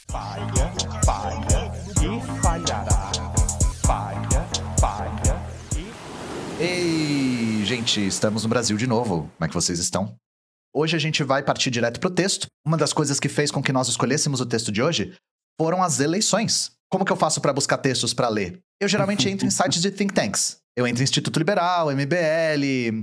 Falha, falha e falhará. Falha, falha e... Ei, gente, estamos no Brasil de novo. Como é que vocês estão? Hoje a gente vai partir direto pro texto. Uma das coisas que fez com que nós escolhêssemos o texto de hoje foram as eleições. Como que eu faço para buscar textos para ler? Eu geralmente entro em sites de think tanks. Eu entro em Instituto Liberal, MBL,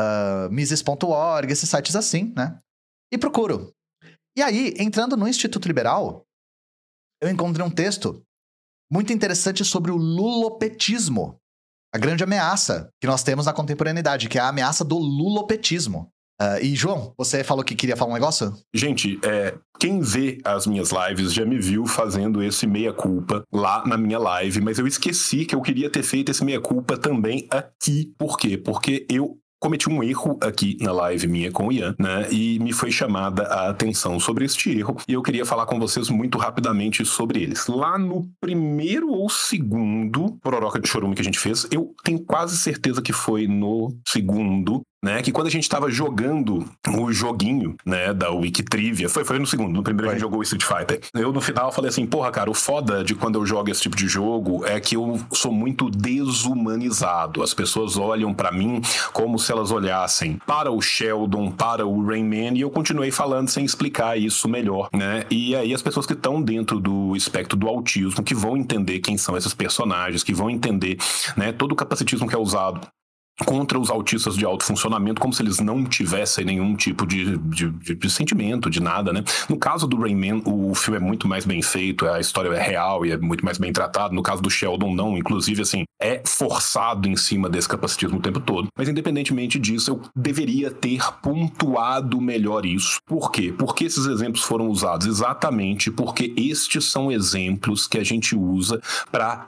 Mises.org, esses sites assim, né? E procuro. E aí, entrando no Instituto Liberal, eu encontrei um texto muito interessante sobre o lulopetismo. A grande ameaça que nós temos na contemporaneidade, que é a ameaça do lulopetismo. E, João, você falou que queria falar um negócio? Gente, quem vê as minhas lives já me viu fazendo esse meia-culpa lá na minha live, mas eu esqueci que eu queria ter feito esse meia-culpa também aqui. Por quê? Porque eu cometi um erro aqui na live minha com o Ian, né? E me foi chamada a atenção sobre este erro. E eu queria falar com vocês muito rapidamente sobre eles. Lá no primeiro ou segundo Pororoca de Chorume que a gente fez, eu tenho quase certeza que foi no segundo, né? Que quando a gente tava jogando o joguinho, né? Da Wikitrivia, foi no segundo. No primeiro a gente jogou o Street Fighter. Eu no final falei assim, porra, cara, o foda de quando eu jogo esse tipo de jogo é que eu sou muito desumanizado. As pessoas olham pra mim como se elas olhassem para o Sheldon, para o Rayman, e eu continuei falando sem explicar isso melhor, né? E aí as pessoas que estão dentro do espectro do autismo, que vão entender quem são esses personagens, que vão entender, né, todo o capacitismo que é usado contra os autistas de alto funcionamento, como se eles não tivessem nenhum tipo de sentimento, de nada, né? No caso do Rayman, o filme é muito mais bem feito, a história é real e é muito mais bem tratado. No caso do Sheldon, não. Inclusive, assim, é forçado em cima desse capacitismo o tempo todo. Mas, independentemente disso, eu deveria ter pontuado melhor isso. Por quê? Porque esses exemplos foram usados exatamente porque estes são exemplos que a gente usa para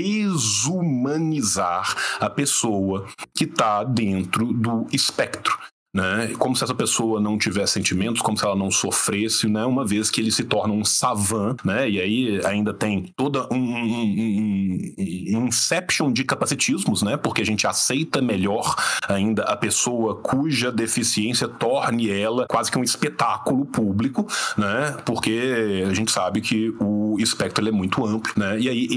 desumanizar a pessoa que está dentro do espectro, né? Como se essa pessoa não tivesse sentimentos, como se ela não sofresse, né? Uma vez que ele se torna um savant, né? E aí ainda tem toda um inception de capacitismos, né? Porque a gente aceita melhor ainda a pessoa cuja deficiência torne ela quase que um espetáculo público, né? Porque a gente sabe que o espectro ele é muito amplo, né? E aí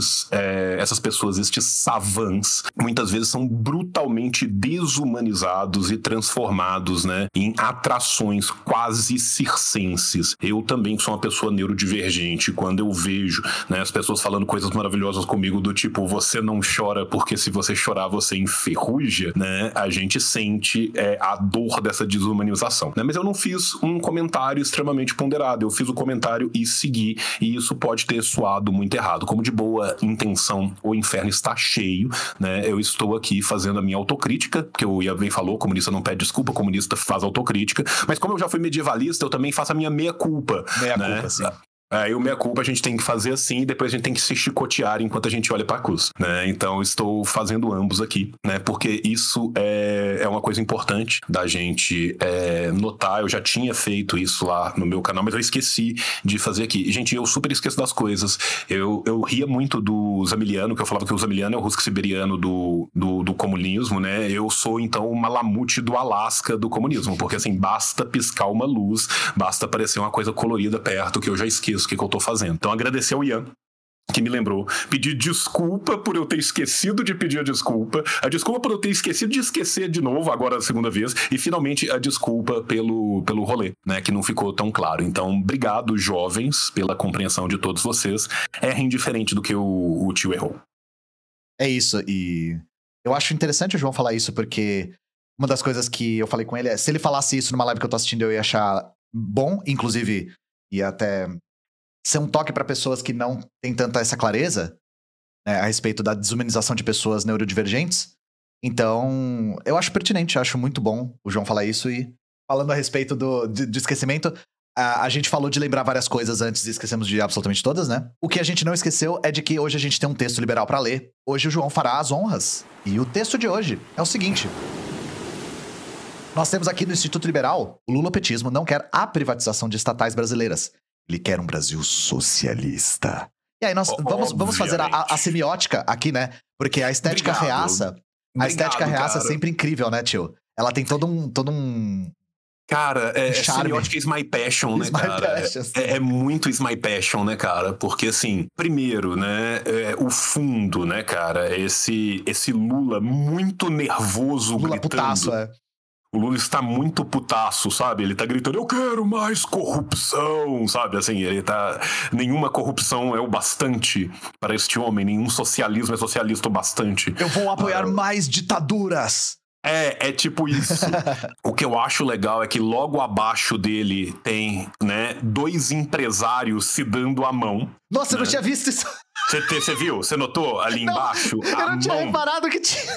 essas pessoas, estes savants, muitas vezes são brutalmente desumanizados e transformados, né, em atrações quase circenses. Eu também sou uma pessoa neurodivergente. Quando eu vejo, né, as pessoas falando coisas maravilhosas comigo do tipo, você não chora porque se você chorar você enferruja, né, a gente sente a dor dessa desumanização, né? Mas eu não fiz um comentário extremamente ponderado, eu fiz o comentário e segui, e isso pode ter soado muito errado. Como de boa intenção, o inferno está cheio, né? Eu estou aqui fazendo a minha autocrítica, porque o Ian bem falou, comunista não pede desculpa, comunista faz autocrítica, mas como eu já fui medievalista, eu também faço a minha meia-culpa. Meia-culpa, sim. Aí o meia-culpa a gente tem que fazer assim, e depois a gente tem que se chicotear enquanto a gente olha pra cruz, né? Então estou fazendo ambos aqui, né? Porque isso é uma coisa importante da gente notar. Eu já tinha feito isso lá no meu canal, mas eu esqueci de fazer aqui. E, gente, eu super esqueço das coisas. Eu ria muito do Zamiliano, que eu falava que o Zamiliano é o russo siberiano do comunismo, né? Eu sou, então, o Malamute do Alasca do comunismo, porque, assim, basta piscar uma luz, basta aparecer uma coisa colorida perto, que eu já esqueço o que eu tô fazendo. Então, agradecer ao Ian, que me lembrou, pedir desculpa por eu ter esquecido de pedir a desculpa por eu ter esquecido de esquecer de novo, agora a segunda vez, e finalmente a desculpa pelo rolê, né, que não ficou tão claro. Então, obrigado, jovens, pela compreensão de todos vocês. Errem diferente do que o tio errou. É isso, e eu acho interessante o João falar isso, porque uma das coisas que eu falei com ele é, se ele falasse isso numa live que eu tô assistindo, eu ia achar bom, inclusive ia até ser um toque para pessoas que não têm tanta essa clareza, né, a respeito da desumanização de pessoas neurodivergentes. Então, eu acho pertinente, acho muito bom o João falar isso. E falando a respeito de esquecimento, a gente falou de lembrar várias coisas antes e esquecemos de absolutamente todas, né? O que a gente não esqueceu é de que hoje a gente tem um texto liberal para ler. Hoje o João fará as honras. E o texto de hoje é o seguinte: nós temos aqui no Instituto Liberal, o lulopetismo não quer a privatização de estatais brasileiras. Ele quer um Brasil socialista. E aí nós vamos fazer a semiótica aqui, né? Porque a estética reaça... A estética reaça é sempre incrível, né, tio? Ela tem todo um Cara, charme. semiótica is my passion, né, Is my cara? passion, sim. É muito is my passion, né, cara? Porque, assim, primeiro, né, o fundo, né, cara? Esse Lula muito nervoso, Lula gritando. putaço, O Lula está muito putaço, sabe? Ele tá gritando, eu quero mais corrupção, sabe? Assim, ele tá... Nenhuma corrupção é o bastante para este homem, nenhum socialismo é socialista o bastante. Eu vou apoiar mais ditaduras. É tipo isso. O que eu acho legal é que logo abaixo dele tem, né, 2 empresários se dando a mão. Nossa, eu não tinha visto isso. Você viu? Você notou ali embaixo? Eu não tinha reparado que tinha...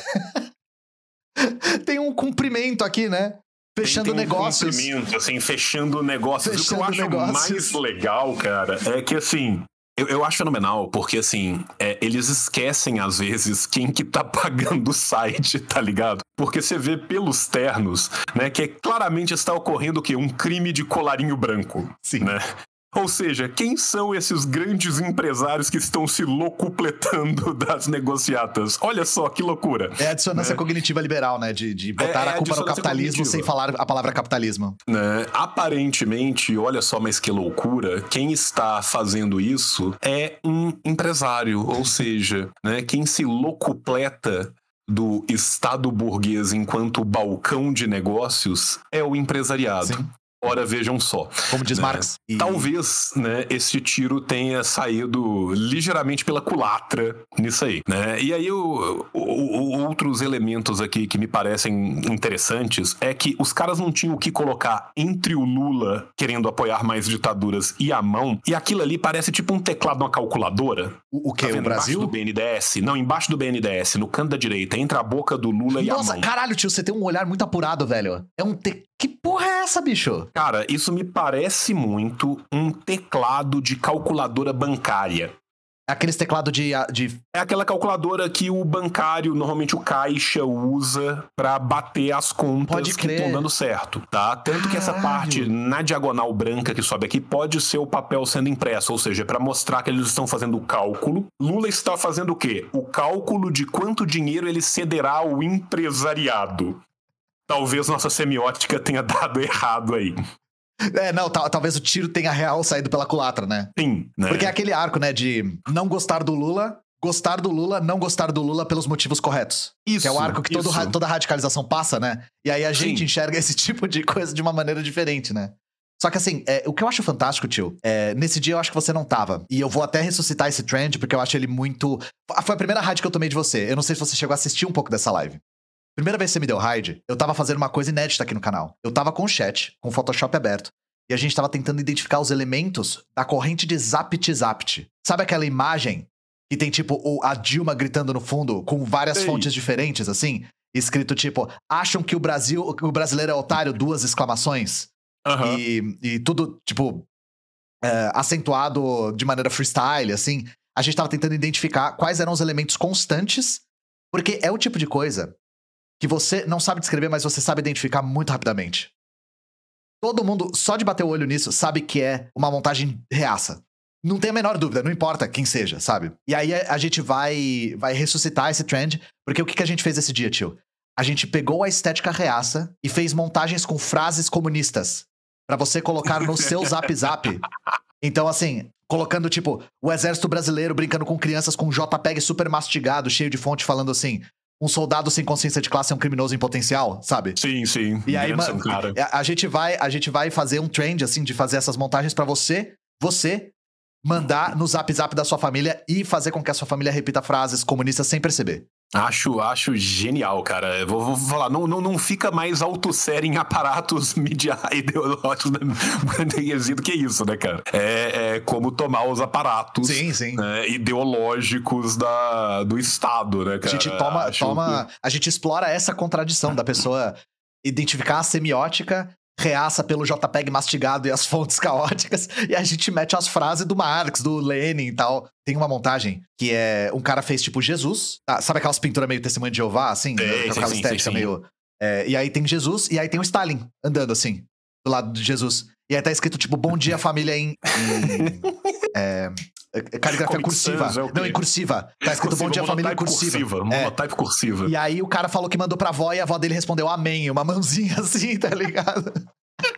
Tem um cumprimento aqui, né? Fechando negócios. Cumprimento, assim, fechando negócios. Fechando o que eu acho negócios. mais legal, cara, é que, assim... Eu acho fenomenal, porque, assim, eles esquecem, às vezes, quem que tá pagando o site, tá ligado? Porque você vê pelos ternos, né, que claramente está ocorrendo o quê? Um crime de colarinho branco. Sim. Né? Ou seja, quem são esses grandes empresários que estão se locupletando das negociatas? Olha só que loucura. É a dissonância cognitiva liberal, né? De botar a culpa no capitalismo cognitiva. Sem falar a palavra capitalismo. Aparentemente, olha só, mas que loucura, quem está fazendo isso é um empresário, ou seja, né, quem se locupleta do Estado burguês enquanto balcão de negócios é o empresariado. Sim. Ora, vejam só. Como diz Marx. Talvez, né, esse tiro tenha saído ligeiramente pela culatra nisso aí, né? E aí, outros elementos aqui que me parecem interessantes é que os caras não tinham o que colocar entre o Lula querendo apoiar mais ditaduras e a mão, e aquilo ali parece tipo um teclado de uma calculadora. O que? Tá O Brasil? Embaixo do BNDES? Não, embaixo do BNDES, no canto da direita, entre a boca do Lula e a mão. Nossa, caralho, tio, você tem um olhar muito apurado, velho. É um... Que porra é essa, bicho? Cara, isso me parece muito um teclado de calculadora bancária. É aqueles teclados de... É aquela calculadora que o bancário, normalmente o caixa, usa pra bater as contas que estão dando certo, tá? Tanto que essa parte na diagonal branca que sobe aqui pode ser o papel sendo impresso, ou seja, pra mostrar que eles estão fazendo o cálculo. Lula está fazendo o quê? O cálculo de quanto dinheiro ele cederá ao empresariado. Talvez nossa semiótica tenha dado errado aí. Não, talvez o tiro tenha real saído pela culatra, né? Sim, né? Porque é aquele arco, né, de não gostar do Lula, não gostar do Lula pelos motivos corretos. Isso. Que é o arco que toda radicalização passa, né? E aí a gente enxerga esse tipo de coisa de uma maneira diferente, né? Só que assim, o que eu acho fantástico, tio, nesse dia eu acho que você não tava. E eu vou até ressuscitar esse trend, porque eu acho ele muito... Foi a primeira raid que eu tomei de você. Eu não sei se você chegou a assistir um pouco dessa live. Primeira vez que você me deu raid, eu tava fazendo uma coisa inédita aqui no canal. Eu tava com o chat, com o Photoshop aberto, e a gente tava tentando identificar os elementos da corrente de Zapt. Sabe aquela imagem que tem, tipo, a Dilma gritando no fundo, com várias fontes diferentes, assim? Escrito, tipo, acham que o brasileiro é otário, 2 exclamações. Uhum. E tudo, tipo, acentuado de maneira freestyle, assim. A gente tava tentando identificar quais eram os elementos constantes, porque é o tipo de coisa que você não sabe descrever, mas você sabe identificar muito rapidamente. Todo mundo, só de bater o olho nisso, sabe que é uma montagem reaça. Não tem a menor dúvida, não importa quem seja, sabe? E aí a gente vai ressuscitar esse trend, porque o que a gente fez esse dia, tio? A gente pegou a estética reaça e fez montagens com frases comunistas pra você colocar no seu Zap Zap. Então, assim, colocando, tipo, o exército brasileiro brincando com crianças com um JPEG super mastigado, cheio de fonte, falando assim... Um soldado sem consciência de classe é um criminoso em potencial, sabe? Sim. E aí, cara, a gente vai fazer um trend, assim, de fazer essas montagens pra você mandar no Zap Zap da sua família e fazer com que a sua família repita frases comunistas sem perceber. Acho genial, cara. Eu vou falar, não fica mais autossérie em aparatos ideológicos do que isso, né, cara? É como tomar os aparatos ideológicos do Estado, né, cara? A gente a gente explora essa contradição da pessoa identificar a semiótica, reaça pelo JPEG mastigado e as fontes caóticas, e a gente mete as frases do Marx, do Lenin e tal. Tem uma montagem que um cara fez tipo Jesus, sabe aquelas pinturas meio Testemunho de Jeová, assim? Aquela estética meio... e aí tem Jesus, e aí tem o Stalin andando assim, do lado de Jesus. E aí tá escrito tipo, bom dia família em caligrafia cursiva. Não, em cursiva. Tá escrito bom dia família em cursiva. Monotype cursiva. E aí o cara falou que mandou pra avó e a avó dele respondeu amém. Uma mãozinha assim, tá ligado?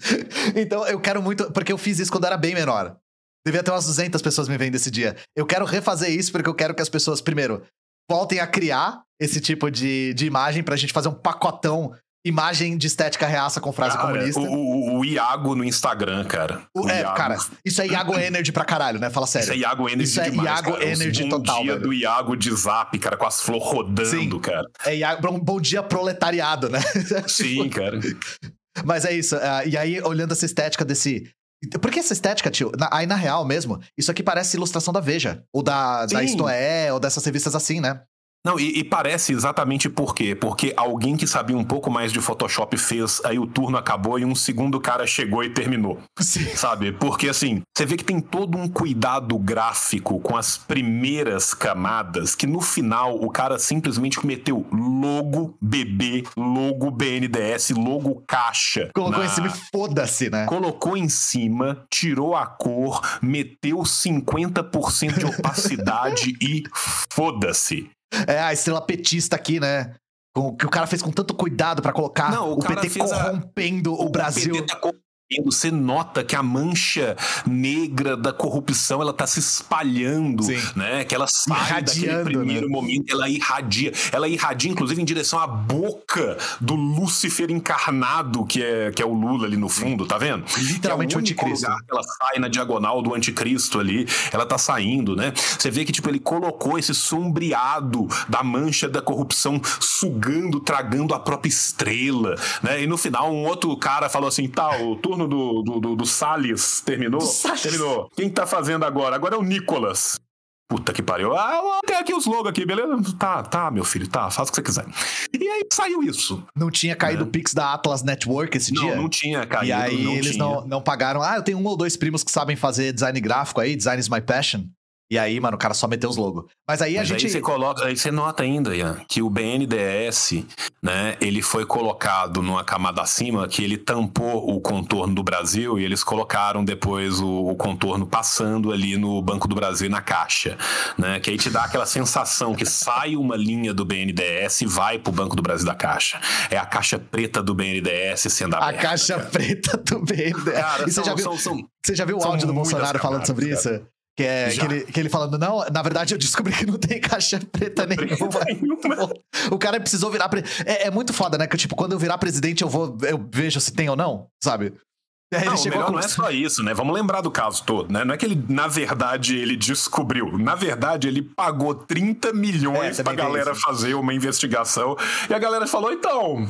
Então eu quero muito, porque eu fiz isso quando eu era bem menor. Devia ter umas 200 pessoas me vendo esse dia. Eu quero refazer isso porque eu quero que as pessoas, primeiro, voltem a criar esse tipo de imagem pra gente fazer um pacotão, imagem de estética reaça com frase comunista. O Iago no Instagram, cara. Iago. Cara, isso é Iago Energy pra caralho, né? Fala sério. Isso é Iago Energy demais, Iago cara. Energy bom total, dia velho. do Iago de Zap, cara, com as flores rodando, sim, cara. É Iago, um bom dia proletariado, né? Sim, cara. Mas é isso. E aí, olhando essa estética desse... Por que essa estética, tio? Aí, na real mesmo, isso aqui parece ilustração da Veja. Ou da Isto É, ou dessas revistas assim, né? Não, e parece exatamente por quê? Porque alguém que sabia um pouco mais de Photoshop fez, aí o turno acabou e um segundo cara chegou e terminou. Sim. Sabe? Porque assim, você vê que tem todo um cuidado gráfico com as primeiras camadas, que no final o cara simplesmente meteu logo BB, logo BNDES, logo caixa. Colocou em cima e foda-se, né? Colocou em cima, tirou a cor, meteu 50% de opacidade e foda-se. É, a estrela petista aqui, né? Que o cara fez com tanto cuidado pra colocar. Não, o PT corrompendo o Brasil. PT tá corrompendo. Você nota que a mancha negra da corrupção, ela tá se espalhando, sim, né? Que ela sai daquele primeiro, né, momento, ela irradia, inclusive, em direção à boca do Lúcifer encarnado, que é o Lula ali no fundo, tá vendo? Literalmente o anticristo. Ela sai na diagonal do anticristo ali, ela tá saindo, né? Você vê que, tipo, ele colocou esse sombreado da mancha da corrupção sugando, tragando a própria estrela, né? E no final, um outro cara falou assim, tá, o turno do Salles terminou? Terminou. Quem tá fazendo agora? Agora é o Nicolas. Puta que pariu. Tem aqui os logos aqui, beleza? Tá, meu filho, tá, faz o que você quiser. E aí saiu isso. Não tinha caído o Pix da Atlas Network esse dia? Não tinha caído. E aí eles não pagaram. Eu tenho 1 ou 2 primos que sabem fazer design gráfico aí, design is my passion. E aí, mano, o cara só meteu os logos. Mas aí a gente... Aí você nota ainda, Ian, que o BNDES, né, ele foi colocado numa camada acima, que ele tampou o contorno do Brasil e eles colocaram depois o contorno passando ali no Banco do Brasil e na caixa, né, que aí te dá aquela sensação que sai uma linha do BNDES e vai pro Banco do Brasil da caixa. É a caixa preta do BNDES sendo aberta. A caixa preta do BNDES. Cara, você já viu o áudio do Bolsonaro falando sobre isso? Que ele falando, não, na verdade eu descobri que não tem caixa preta nenhuma. O cara precisou virar... É muito foda, né? Que tipo, quando eu virar presidente eu vejo se tem ou não, sabe? Não, o melhor não é só isso, né? Vamos lembrar do caso todo, né? Não é que ele, na verdade, ele descobriu. Na verdade, ele pagou 30 milhões pra galera fazer uma investigação. E a galera falou, então...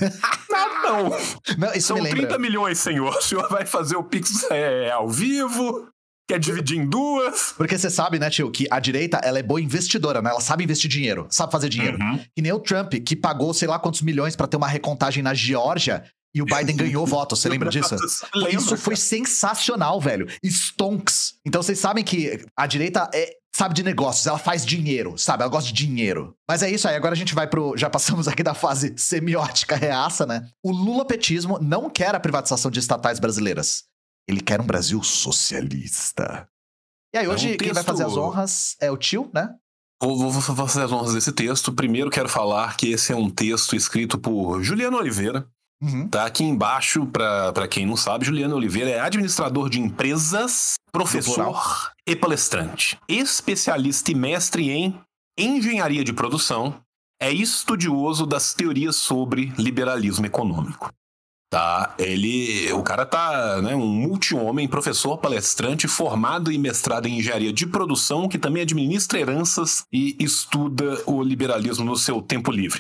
não, isso são 30 milhões, senhor. O senhor vai fazer o Pix ao vivo... Quer dividir em 2? Porque você sabe, né, tio, que a direita, ela é boa investidora, né? Ela sabe investir dinheiro, sabe fazer dinheiro. Que nem o Trump, que pagou sei lá quantos milhões pra ter uma recontagem na Geórgia e o Biden ganhou votos. Você lembra disso? Isso foi sensacional, velho. Stonks. Então vocês sabem que a direita sabe de negócios, ela faz dinheiro, sabe? Ela gosta de dinheiro. Mas é isso aí, agora a gente vai já passamos aqui da fase semiótica reaça, né? O lulopetismo não quer a privatização de estatais brasileiras. Ele quer um Brasil socialista. E aí, hoje, quem vai fazer as honras é o tio, né? Vou fazer as honras desse texto. Primeiro, quero falar que esse é um texto escrito por Juliano Oliveira. Tá aqui embaixo, pra quem não sabe, Juliano Oliveira é administrador de empresas, professor e palestrante. Especialista e mestre em engenharia de produção. É estudioso das teorias sobre liberalismo econômico. Tá, o cara tá, né, um multi-homem, professor, palestrante, formado e mestrado em engenharia de produção, que também administra heranças e estuda o liberalismo no seu tempo livre.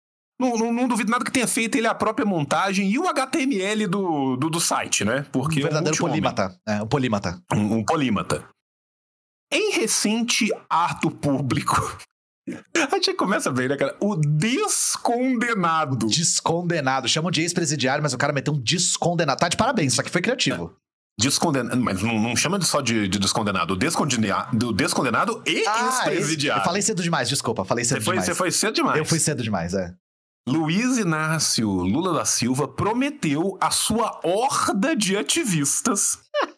Não duvido nada que tenha feito ele a própria montagem e o HTML do site, né? Porque um verdadeiro polímata. Um polímata. Um polímata. Em recente ato público... A gente começa bem, né, cara? O descondenado. Descondenado. Chamam de ex-presidiário, mas o cara meteu um descondenado. Tá de parabéns, só que foi criativo. Descondenado, mas não chama só de descondenado. Do descondenado e ex-presidiário. Eu falei cedo demais, desculpa. Você foi cedo demais. Eu fui cedo demais, Luiz Inácio Lula da Silva prometeu a sua horda de ativistas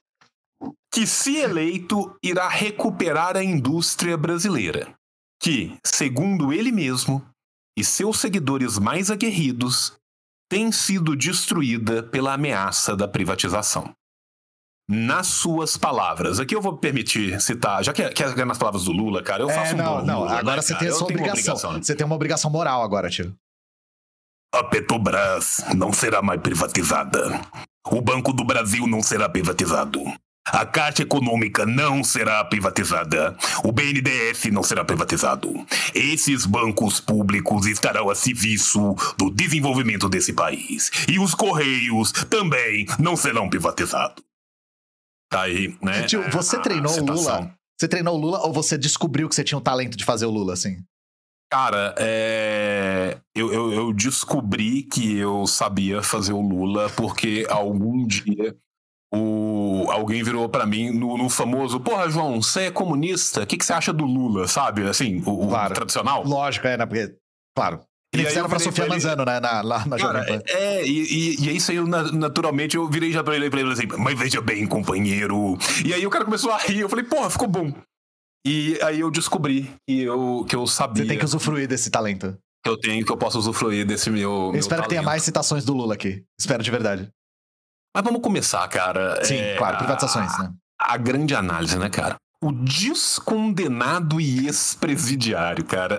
que, se eleito, irá recuperar a indústria brasileira. Que, segundo ele mesmo e seus seguidores mais aguerridos, tem sido destruída pela ameaça da privatização. Nas suas palavras. Aqui eu vou permitir citar, já que é nas palavras do Lula, cara, eu faço Não, agora você tem a sua obrigação. Você tem uma obrigação moral agora, tio. A Petrobras não será mais privatizada. O Banco do Brasil não será privatizado. A Caixa Econômica não será privatizada. O BNDES não será privatizado. Esses bancos públicos estarão a serviço do desenvolvimento desse país. E os Correios também não serão privatizados. Tá aí, né? Tio, você treinou o Lula? Você treinou o Lula ou você descobriu que você tinha o talento de fazer o Lula, assim? Cara, eu descobri que eu sabia fazer o Lula porque algum dia alguém virou pra mim no famoso: porra, João, você é comunista? O que você acha do Lula, sabe? Assim, claro. Tradicional. Lógico, né? Porque, claro. Eles fizeram pra Sofia Manzano, né? Lá na Jovem Pan. E aí saiu naturalmente, eu virei já pra ele assim: mas veja bem, companheiro. E aí o cara começou a rir, eu falei: porra, ficou bom. E aí eu descobri que eu sabia. Você tem que usufruir desse talento. Que eu posso usufruir desse meu Eu espero talento. que tenha mais citações do Lula aqui. Espero de verdade. Mas vamos começar, cara. Sim, claro, privatizações, né? A grande análise, né, cara? O descondenado e ex-presidiário, cara.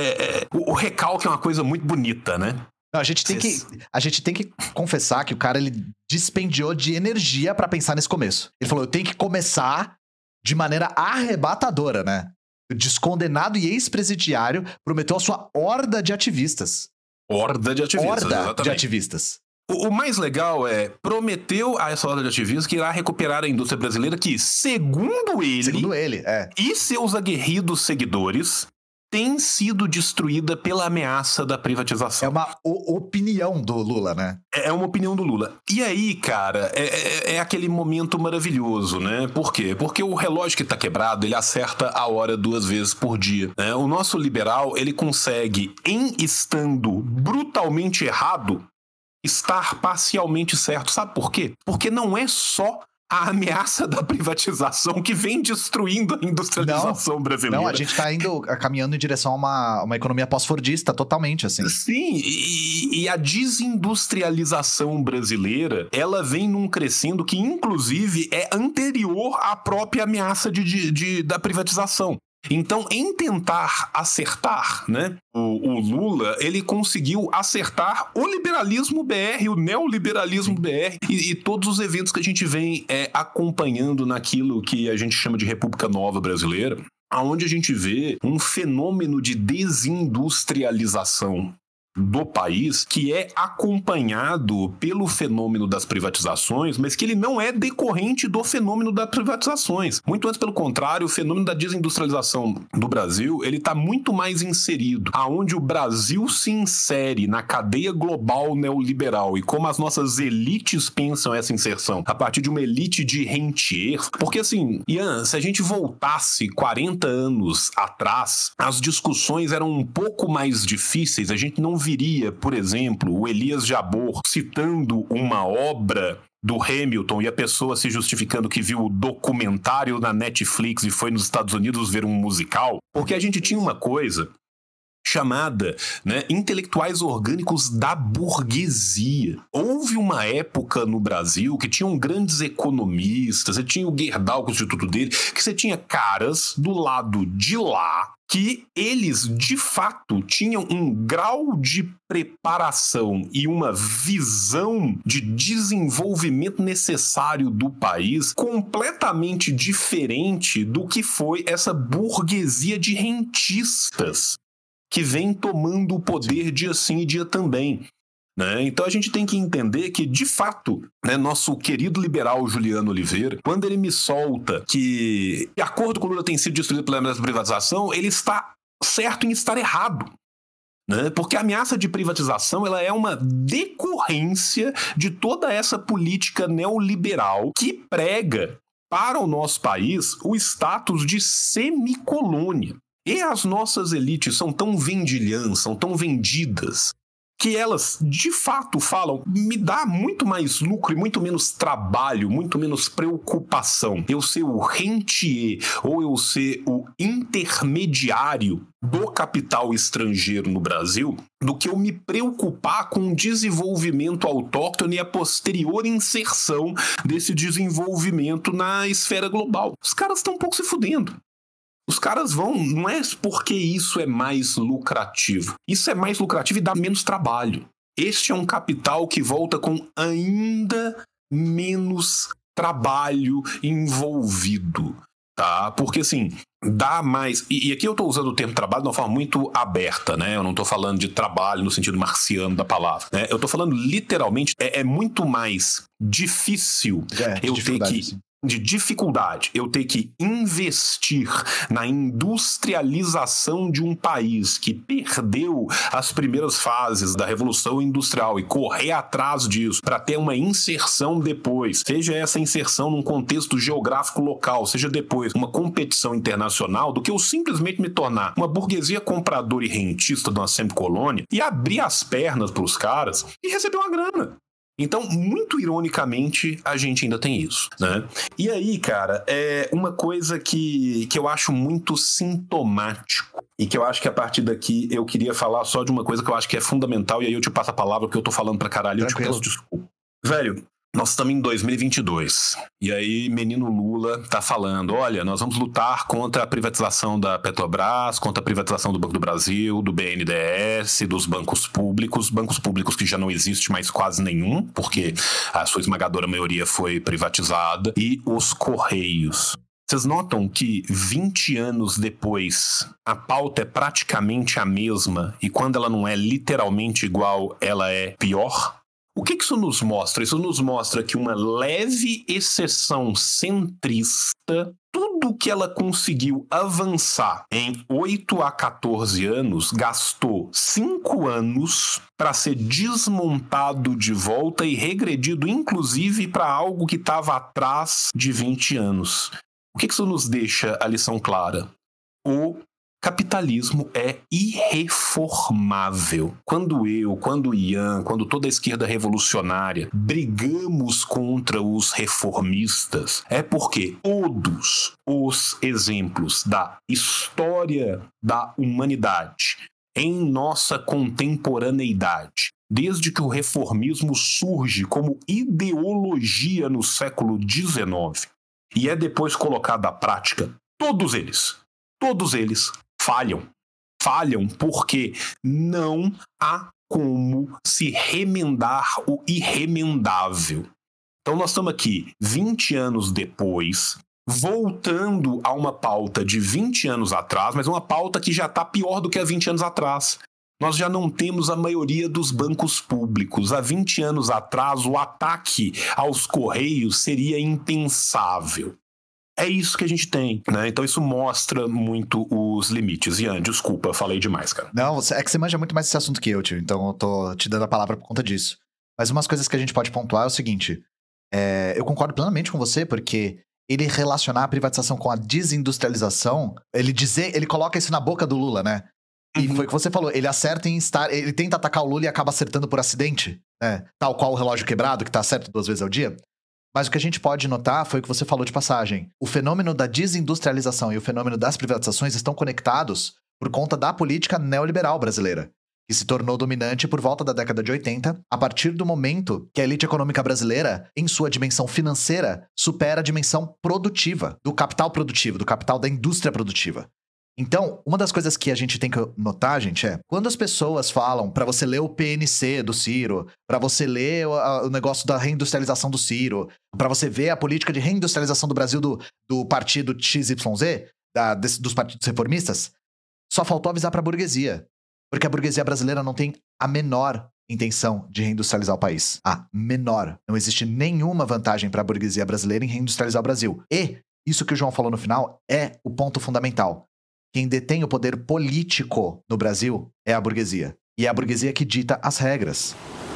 O recalque é uma coisa muito bonita, né? Não, a gente tem que confessar que o cara, ele dispendiou de energia pra pensar nesse começo. Ele falou: eu tenho que começar de maneira arrebatadora, né? O descondenado e ex-presidiário prometeu a sua horda de ativistas. Horda de ativistas, exatamente. De ativistas. O mais legal prometeu a essa horda de ativistas que irá recuperar a indústria brasileira que, segundo ele, e seus aguerridos seguidores, tem sido destruída pela ameaça da privatização. É uma opinião do Lula, né? É uma opinião do Lula. E aí, cara, é aquele momento maravilhoso, né? Por quê? Porque o relógio que tá quebrado, ele acerta a hora 2 vezes por dia, né? O nosso liberal, ele consegue, estando brutalmente errado, estar parcialmente certo. Sabe por quê? Porque não é só a ameaça da privatização que vem destruindo a industrialização brasileira. Não, a gente tá caminhando em direção a uma economia pós-fordista, totalmente, assim. Sim, e a desindustrialização brasileira, ela vem num crescendo que, inclusive, é anterior à própria ameaça da privatização. Então, em tentar acertar, né, o Lula, ele conseguiu acertar o liberalismo BR, o neoliberalismo BR e todos os eventos que a gente vem acompanhando naquilo que a gente chama de República Nova Brasileira, onde a gente vê um fenômeno de desindustrialização do país que é acompanhado pelo fenômeno das privatizações, mas que ele não é decorrente do fenômeno das privatizações. Muito antes, pelo contrário, o fenômeno da desindustrialização do Brasil, ele está muito mais inserido, aonde o Brasil se insere na cadeia global neoliberal e como as nossas elites pensam essa inserção, a partir de uma elite de rentiers. Porque assim, Ian, se a gente voltasse 40 anos atrás, as discussões eram um pouco mais difíceis, a gente não viria, por exemplo, o Elias Jabbour citando uma obra do Hamilton e a pessoa se justificando que viu o documentário na Netflix e foi nos Estados Unidos ver um musical, porque a gente tinha uma coisa chamada, né, intelectuais orgânicos da burguesia. Houve uma época no Brasil que tinham grandes economistas, você tinha o Gerdau com o instituto dele, que você tinha caras do lado de lá que eles, de fato, tinham um grau de preparação e uma visão de desenvolvimento necessário do país completamente diferente do que foi essa burguesia de rentistas que vem tomando o poder dia sim e dia também. Né? Então a gente tem que entender que, de fato, né, nosso querido liberal Juliano Oliveira, quando ele me solta que, de acordo com o Lula, tem sido destruído pela ameaça de privatização, ele está certo em estar errado. Né? Porque a ameaça de privatização ela é uma decorrência de toda essa política neoliberal que prega para o nosso país o status de semicolônia. E as nossas elites são tão vendilhãs, são tão vendidas, que elas, de fato, falam, me dá muito mais lucro e muito menos trabalho, muito menos preocupação eu ser o rentier ou eu ser o intermediário do capital estrangeiro no Brasil do que eu me preocupar com o desenvolvimento autóctone e a posterior inserção desse desenvolvimento na esfera global. Os caras estão um pouco se fudendo. Os caras vão, não é porque isso é mais lucrativo. Isso é mais lucrativo e dá menos trabalho. Este é um capital que volta com ainda menos trabalho envolvido, tá? Porque, assim, dá mais... E aqui eu tô usando o termo trabalho de uma forma muito aberta, né? Eu não tô falando de trabalho no sentido marciano da palavra, né? Eu tô falando literalmente, é muito mais difícil eu ter que... Sim. De dificuldade, eu ter que investir na industrialização de um país que perdeu as primeiras fases da Revolução Industrial e correr atrás disso para ter uma inserção depois, seja essa inserção num contexto geográfico local, seja depois uma competição internacional, do que eu simplesmente me tornar uma burguesia compradora e rentista de uma semicolônia e abrir as pernas para os caras e receber uma grana. Então, muito ironicamente, a gente ainda tem isso, né? E aí, cara, é uma coisa que eu acho muito sintomático e que eu acho que a partir daqui eu queria falar só de uma coisa que eu acho que é fundamental, e aí eu te passo a palavra porque eu tô falando pra caralho e eu te peço desculpa. Velho, nós estamos em 2022, e aí menino Lula tá falando, olha, nós vamos lutar contra a privatização da Petrobras, contra a privatização do Banco do Brasil, do BNDES, dos bancos públicos que já não existe mais quase nenhum, porque a sua esmagadora maioria foi privatizada, e os Correios. Vocês notam que 20 anos depois, a pauta é praticamente a mesma, e quando ela não é literalmente igual, ela é pior? O que isso nos mostra? Isso nos mostra que uma leve exceção centrista, tudo que ela conseguiu avançar em 8 a 14 anos, gastou 5 anos para ser desmontado de volta e regredido, inclusive, para algo que estava atrás de 20 anos. O que isso nos deixa a lição clara? O capitalismo é irreformável. Quando o Ian, quando toda a esquerda revolucionária brigamos contra os reformistas, é porque todos os exemplos da história da humanidade em nossa contemporaneidade, desde que o reformismo surge como ideologia no século XIX e é depois colocado à prática, todos eles falham. Falham porque não há como se remendar o irremendável. Então nós estamos aqui 20 anos depois, voltando a uma pauta de 20 anos atrás, mas uma pauta que já está pior do que há 20 anos atrás. Nós já não temos a maioria dos bancos públicos. Há 20 anos atrás, o ataque aos Correios seria impensável. É isso que a gente tem, né? Então isso mostra muito os limites. Ian, desculpa, falei demais, cara. Não, é que você manja muito mais esse assunto que eu, tio. Então eu tô te dando a palavra por conta disso. Mas umas coisas que a gente pode pontuar é o seguinte. Eu concordo plenamente com você, porque ele relacionar a privatização com a desindustrialização, ele coloca isso na boca do Lula, né? E foi o que você falou, ele acerta em estar... Ele tenta atacar o Lula e acaba acertando por acidente, né? Tal qual o relógio quebrado, que tá certo 2 vezes ao dia. Mas o que a gente pode notar foi o que você falou de passagem. O fenômeno da desindustrialização e o fenômeno das privatizações estão conectados por conta da política neoliberal brasileira, que se tornou dominante por volta da década de 80, a partir do momento que a elite econômica brasileira, em sua dimensão financeira, supera a dimensão produtiva, do capital da indústria produtiva. Então, uma das coisas que a gente tem que notar, gente, é quando as pessoas falam pra você ler o PNC do Ciro, pra você ler o negócio da reindustrialização do Ciro, pra você ver a política de reindustrialização do Brasil do partido XYZ, dos partidos reformistas, só faltou avisar pra burguesia. Porque a burguesia brasileira não tem a menor intenção de reindustrializar o país. A menor. Não existe nenhuma vantagem pra burguesia brasileira em reindustrializar o Brasil. E isso que o João falou no final é o ponto fundamental. Quem detém o poder político no Brasil é a burguesia. E é a burguesia que dita as regras.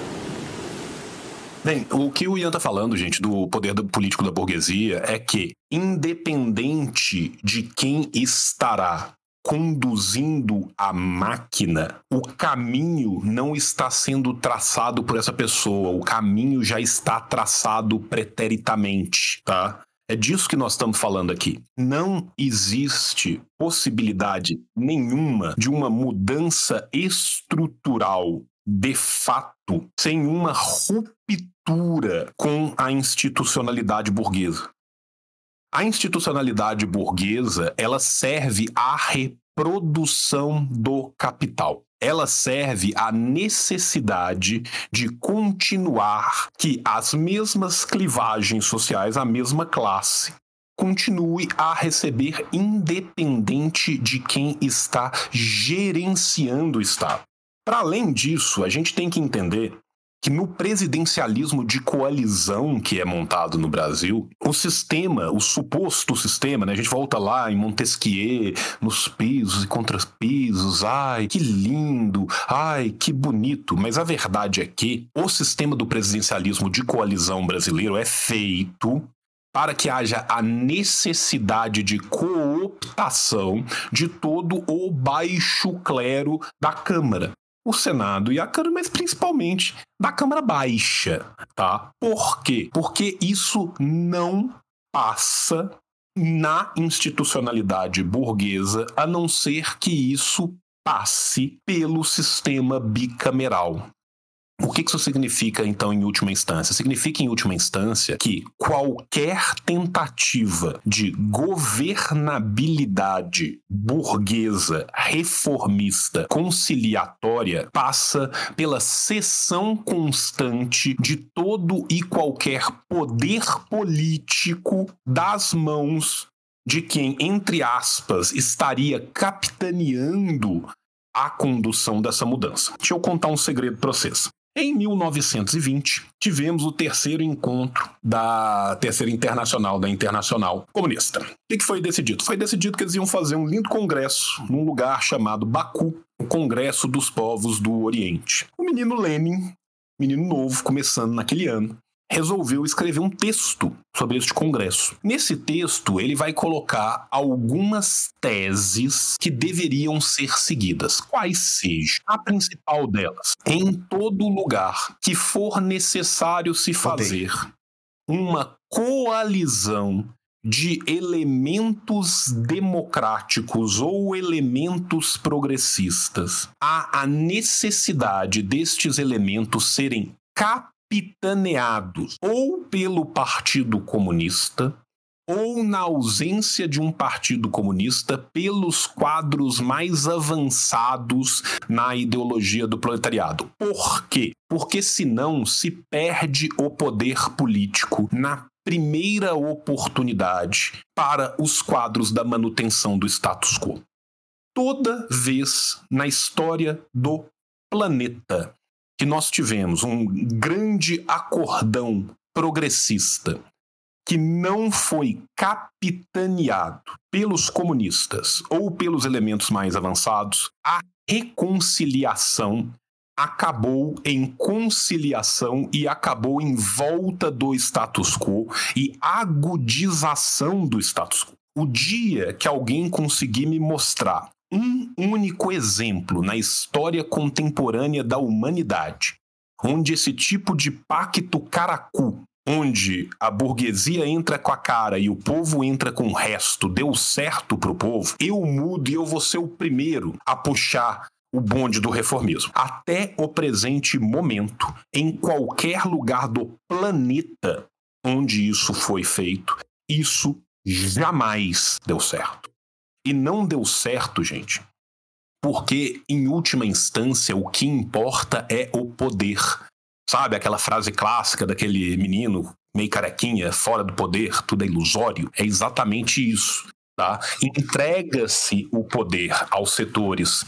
Bem, o que o Ian tá falando, gente, do poder político da burguesia é que, independente de quem estará conduzindo a máquina, o caminho não está sendo traçado por essa pessoa. O caminho já está traçado preteritamente, tá? É disso que nós estamos falando aqui. Não existe possibilidade nenhuma de uma mudança estrutural de fato sem uma ruptura com a institucionalidade burguesa. A institucionalidade burguesa, ela serve à reprodução do capital. Ela serve à necessidade de continuar que as mesmas clivagens sociais, a mesma classe, continue a receber independente de quem está gerenciando o Estado. Para além disso, a gente tem que entender que no presidencialismo de coalizão que é montado no Brasil, o sistema, o suposto sistema, né? A gente volta lá em Montesquieu, nos pesos e contrapesos, ai, que lindo, ai, que bonito, mas a verdade é que o sistema do presidencialismo de coalizão brasileiro é feito para que haja a necessidade de cooptação de todo o baixo clero da Câmara. O Senado e a Câmara, mas principalmente da Câmara Baixa, tá? Por quê? Porque isso não passa na institucionalidade burguesa, a não ser que isso passe pelo sistema bicameral. O que isso significa, então, em última instância? Significa, em última instância, que qualquer tentativa de governabilidade burguesa, reformista, conciliatória, passa pela cessão constante de todo e qualquer poder político das mãos de quem, entre aspas, estaria capitaneando a condução dessa mudança. Deixa eu contar um segredo para vocês. Em 1920, tivemos o terceiro encontro da Terceira Internacional, da Internacional Comunista. O que foi decidido? Foi decidido que eles iam fazer um lindo congresso num lugar chamado Baku, o Congresso dos Povos do Oriente. O menino Lenin, menino novo, começando naquele ano, resolveu escrever um texto sobre este congresso. Nesse texto, ele vai colocar algumas teses que deveriam ser seguidas. Quais sejam? A principal delas: em todo lugar que for necessário se fazer uma coalizão de elementos democráticos ou elementos progressistas, há a necessidade destes elementos serem capitaneados ou pelo Partido Comunista ou, na ausência de um Partido Comunista, pelos quadros mais avançados na ideologia do proletariado. Por quê? Porque senão se perde o poder político na primeira oportunidade para os quadros da manutenção do status quo. Toda vez na história do planeta que nós tivemos um grande acordão progressista que não foi capitaneado pelos comunistas ou pelos elementos mais avançados, a reconciliação acabou em conciliação e acabou em volta do status quo e agudização do status quo. O dia que alguém conseguir me mostrar um único exemplo na história contemporânea da humanidade, onde esse tipo de pacto caracu, onde a burguesia entra com a cara e o povo entra com o resto, deu certo pro povo, eu mudo e eu vou ser o primeiro a puxar o bonde do reformismo. Até o presente momento, em qualquer lugar do planeta onde isso foi feito, isso jamais deu certo. E não deu certo, gente, porque, em última instância, o que importa é o poder. Sabe aquela frase clássica daquele menino meio carequinha, fora do poder, tudo é ilusório? É exatamente isso, tá? Entrega-se o poder aos setores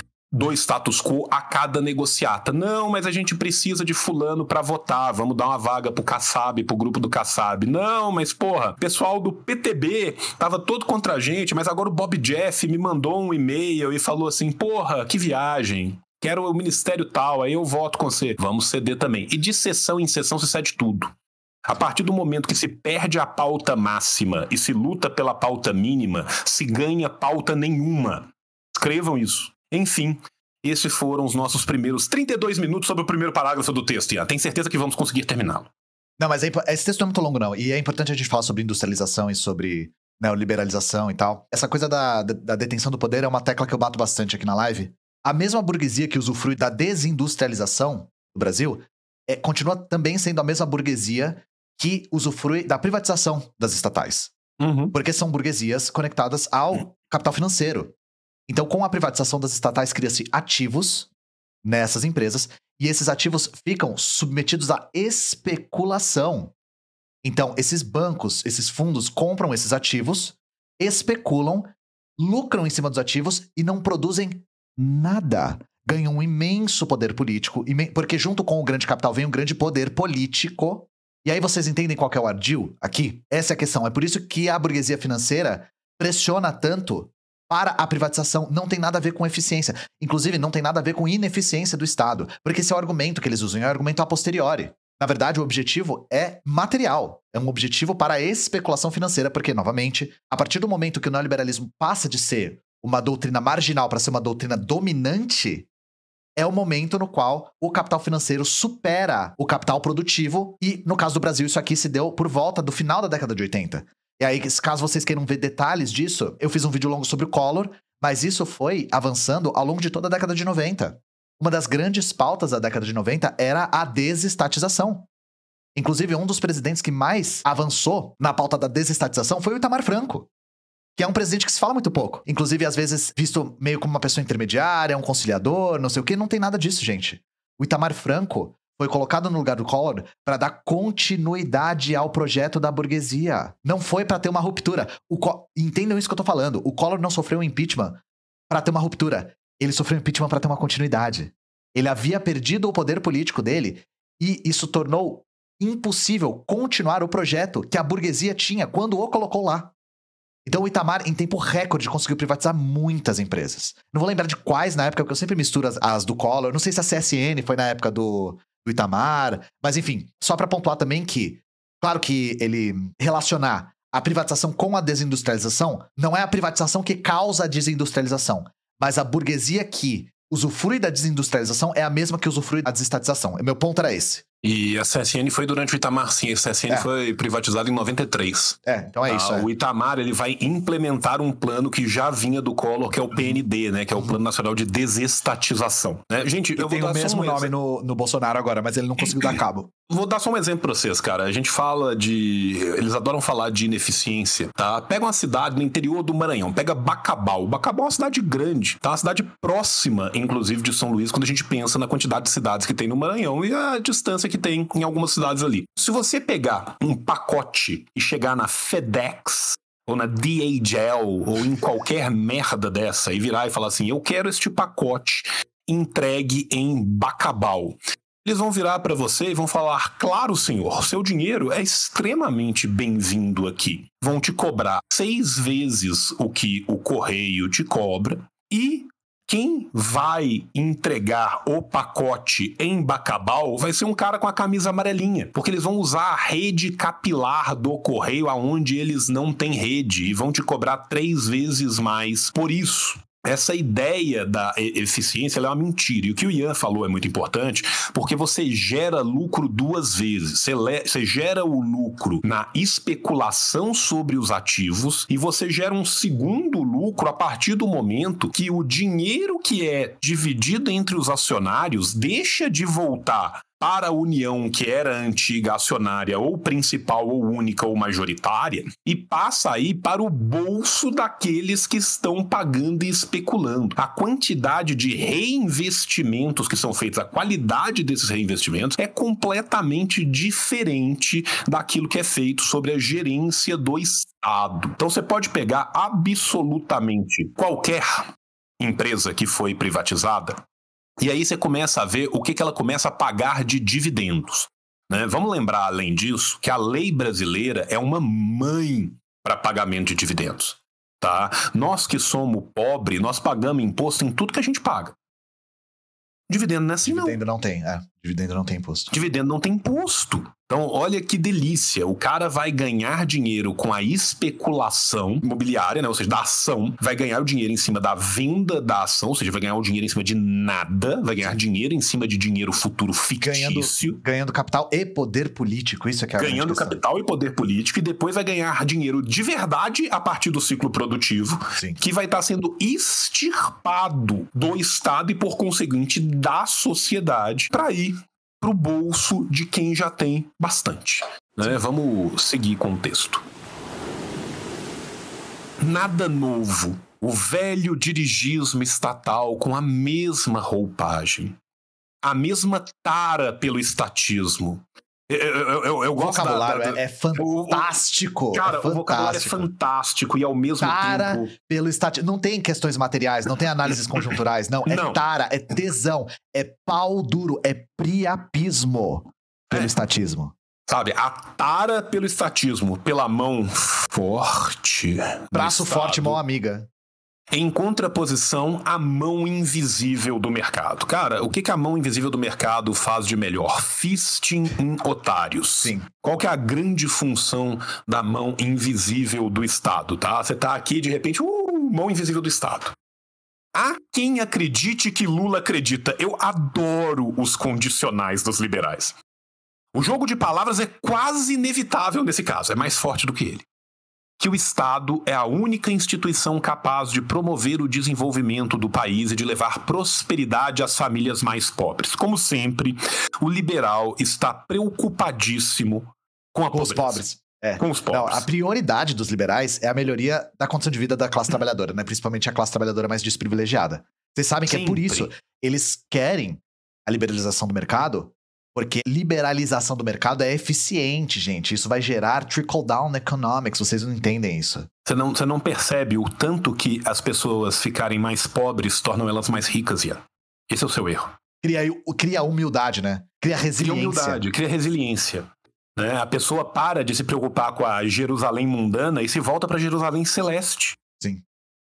do status quo a cada negociata. Não, mas a gente precisa de fulano para votar, vamos dar uma vaga pro Kassab, pro grupo do Kassab. Não, mas porra, pessoal do PTB tava todo contra a gente, mas agora o Bob Jeff me mandou um e-mail e falou assim, porra, que viagem, quero o ministério tal, aí eu voto com você. Vamos ceder também. E de sessão em sessão se cede tudo. A partir do momento que se perde a pauta máxima e se luta pela pauta mínima, se ganha pauta nenhuma. Escrevam isso. Enfim, esses foram os nossos primeiros 32 minutos sobre o primeiro parágrafo do texto. Ian, tenho certeza que vamos conseguir terminá-lo. Não, mas esse texto não é muito longo, não. E é importante a gente falar sobre industrialização e sobre neoliberalização e tal. Essa coisa da detenção do poder é uma tecla que eu bato bastante aqui na live. A mesma burguesia que usufrui da desindustrialização do Brasil continua também sendo a mesma burguesia que usufrui da privatização das estatais. Porque são burguesias conectadas ao capital financeiro. Então, com a privatização das estatais, cria-se ativos nessas empresas e esses ativos ficam submetidos à especulação. Então, esses bancos, esses fundos compram esses ativos, especulam, lucram em cima dos ativos e não produzem nada. Ganham um imenso poder político, porque junto com o grande capital vem um grande poder político. E aí vocês entendem qual que é o ardil aqui? Essa é a questão. É por isso que a burguesia financeira pressiona tanto para a privatização. Não tem nada a ver com eficiência. Inclusive, não tem nada a ver com ineficiência do Estado. Porque esse é o argumento que eles usam, é o argumento a posteriori. Na verdade, o objetivo é material. É um objetivo para a especulação financeira, porque, novamente, a partir do momento que o neoliberalismo passa de ser uma doutrina marginal para ser uma doutrina dominante, é o momento no qual o capital financeiro supera o capital produtivo. E, no caso do Brasil, isso aqui se deu por volta do final da década de 80. E aí, caso vocês queiram ver detalhes disso, eu fiz um vídeo longo sobre o Collor, mas isso foi avançando ao longo de toda a década de 90. Uma das grandes pautas da década de 90 era a desestatização. Inclusive, um dos presidentes que mais avançou na pauta da desestatização foi o Itamar Franco, que é um presidente que se fala muito pouco. Inclusive, às vezes, visto meio como uma pessoa intermediária, um conciliador, não sei o quê. Não tem nada disso, gente. O Itamar Franco foi colocado no lugar do Collor para dar continuidade ao projeto da burguesia. Não foi para ter uma ruptura. Entendam isso que eu tô falando. O Collor não sofreu um impeachment para ter uma ruptura. Ele sofreu um impeachment para ter uma continuidade. Ele havia perdido o poder político dele e isso tornou impossível continuar o projeto que a burguesia tinha quando o colocou lá. Então o Itamar, em tempo recorde, conseguiu privatizar muitas empresas. Não vou lembrar de quais na época, porque eu sempre misturo as do Collor. Não sei se a CSN foi na época do Itamar. Mas enfim, só para pontuar também que, claro que ele relacionar a privatização com a desindustrialização não é a privatização que causa a desindustrialização, mas a burguesia que usufrui da desindustrialização é a mesma que usufrui da desestatização. Meu ponto era esse. E a CSN foi durante o Itamar, sim. A CSN foi privatizada em 93. Então é isso. O Itamar, ele vai implementar um plano que já vinha do Collor, que é o PND, né? Que é o Plano Nacional de Desestatização. Né? Gente, eu vou dar o mesmo nome no Bolsonaro agora, mas ele não conseguiu dar cabo. Vou dar só um exemplo pra vocês, cara. A gente fala eles adoram falar de ineficiência, tá? Pega uma cidade no interior do Maranhão, pega Bacabal. Bacabal é uma cidade grande, tá? Uma cidade próxima, inclusive, de São Luís, quando a gente pensa na quantidade de cidades que tem no Maranhão e a distância que tem em algumas cidades ali. Se você pegar um pacote e chegar na FedEx ou na DHL ou em qualquer merda dessa e virar e falar assim, eu quero este pacote entregue em Bacabal, eles vão virar para você e vão falar, claro, senhor, seu dinheiro é extremamente bem-vindo aqui. Vão te cobrar 6 vezes o que o correio te cobra e quem vai entregar o pacote em Bacabal vai ser um cara com a camisa amarelinha, porque eles vão usar a rede capilar do correio aonde eles não têm rede e vão te cobrar 3 vezes mais por isso. Essa ideia da eficiência ela é uma mentira. E o que o Ian falou é muito importante, porque você gera lucro 2 vezes. Você gera o lucro na especulação sobre os ativos e você gera um segundo lucro a partir do momento que o dinheiro que é dividido entre os acionários deixa de voltar para a União, que era a antiga acionária ou principal ou única ou majoritária, e passa aí para o bolso daqueles que estão pagando e especulando. A quantidade de reinvestimentos que são feitos, a qualidade desses reinvestimentos é completamente diferente daquilo que é feito sobre a gerência do Estado. Então você pode pegar absolutamente qualquer empresa que foi privatizada, e aí você começa a ver o que ela começa a pagar de dividendos. Né? Vamos lembrar, além disso, que a lei brasileira é uma mãe para pagamento de dividendos. Tá? Nós que somos pobres, nós pagamos imposto em tudo que a gente paga. Dividendo não é assim, não. Dividendo não tem, Dividendo não tem imposto. Dividendo não tem imposto. Então, olha que delícia. O cara vai ganhar dinheiro com a especulação imobiliária, né? Ou seja, da ação. Vai ganhar o dinheiro em cima da venda da ação, ou seja, vai ganhar o dinheiro em cima de nada. Vai ganhar dinheiro em cima de dinheiro futuro fictício. Ganhando capital e poder político. Isso é que é a grande Ganhando questão. capital e poder político. E depois vai ganhar dinheiro de verdade a partir do ciclo produtivo. Sim. Que vai estar sendo extirpado do Estado e, por conseguinte, da sociedade para ir pro bolso de quem já tem bastante. Né? Vamos seguir com o texto. Nada novo. O velho dirigismo estatal com a mesma roupagem. A mesma tara pelo estatismo. Eu O gosto vocabulário é fantástico. Cara, o vocabulário é fantástico e ao mesmo tempo... pelo estatismo. Não tem questões materiais, não tem análises conjunturais, não. É tara, é tesão, é pau duro, é priapismo pelo estatismo. Sabe, a tara pelo estatismo, pela mão forte. Braço forte, mão amiga. Em contraposição à mão invisível do mercado. Cara, o que a mão invisível do mercado faz de melhor? Fisting em otários. Sim. Qual que é a grande função da mão invisível do Estado, tá? Você tá aqui, de repente, mão invisível do Estado. Há quem acredite que Lula acredita. Eu adoro os condicionais dos liberais. O jogo de palavras é quase inevitável nesse caso, é mais forte do que ele. Que o Estado é a única instituição capaz de promover o desenvolvimento do país e de levar prosperidade às famílias mais pobres. Como sempre, o liberal está preocupadíssimo com a pobreza. Os pobres. Com os pobres. Não, a prioridade dos liberais é a melhoria da condição de vida da classe trabalhadora, né? Principalmente a classe trabalhadora mais desprivilegiada. Vocês sabem que é por isso eles querem a liberalização do mercado, porque liberalização do mercado é eficiente, gente. Isso vai gerar trickle-down economics. Vocês não entendem isso. Você não percebe o tanto que as pessoas ficarem mais pobres tornam elas mais ricas, Ian. Esse é o seu erro. Cria humildade, né? Cria resiliência. Cria resiliência. Né? A pessoa para de se preocupar com a Jerusalém mundana e se volta para Jerusalém celeste. Sim.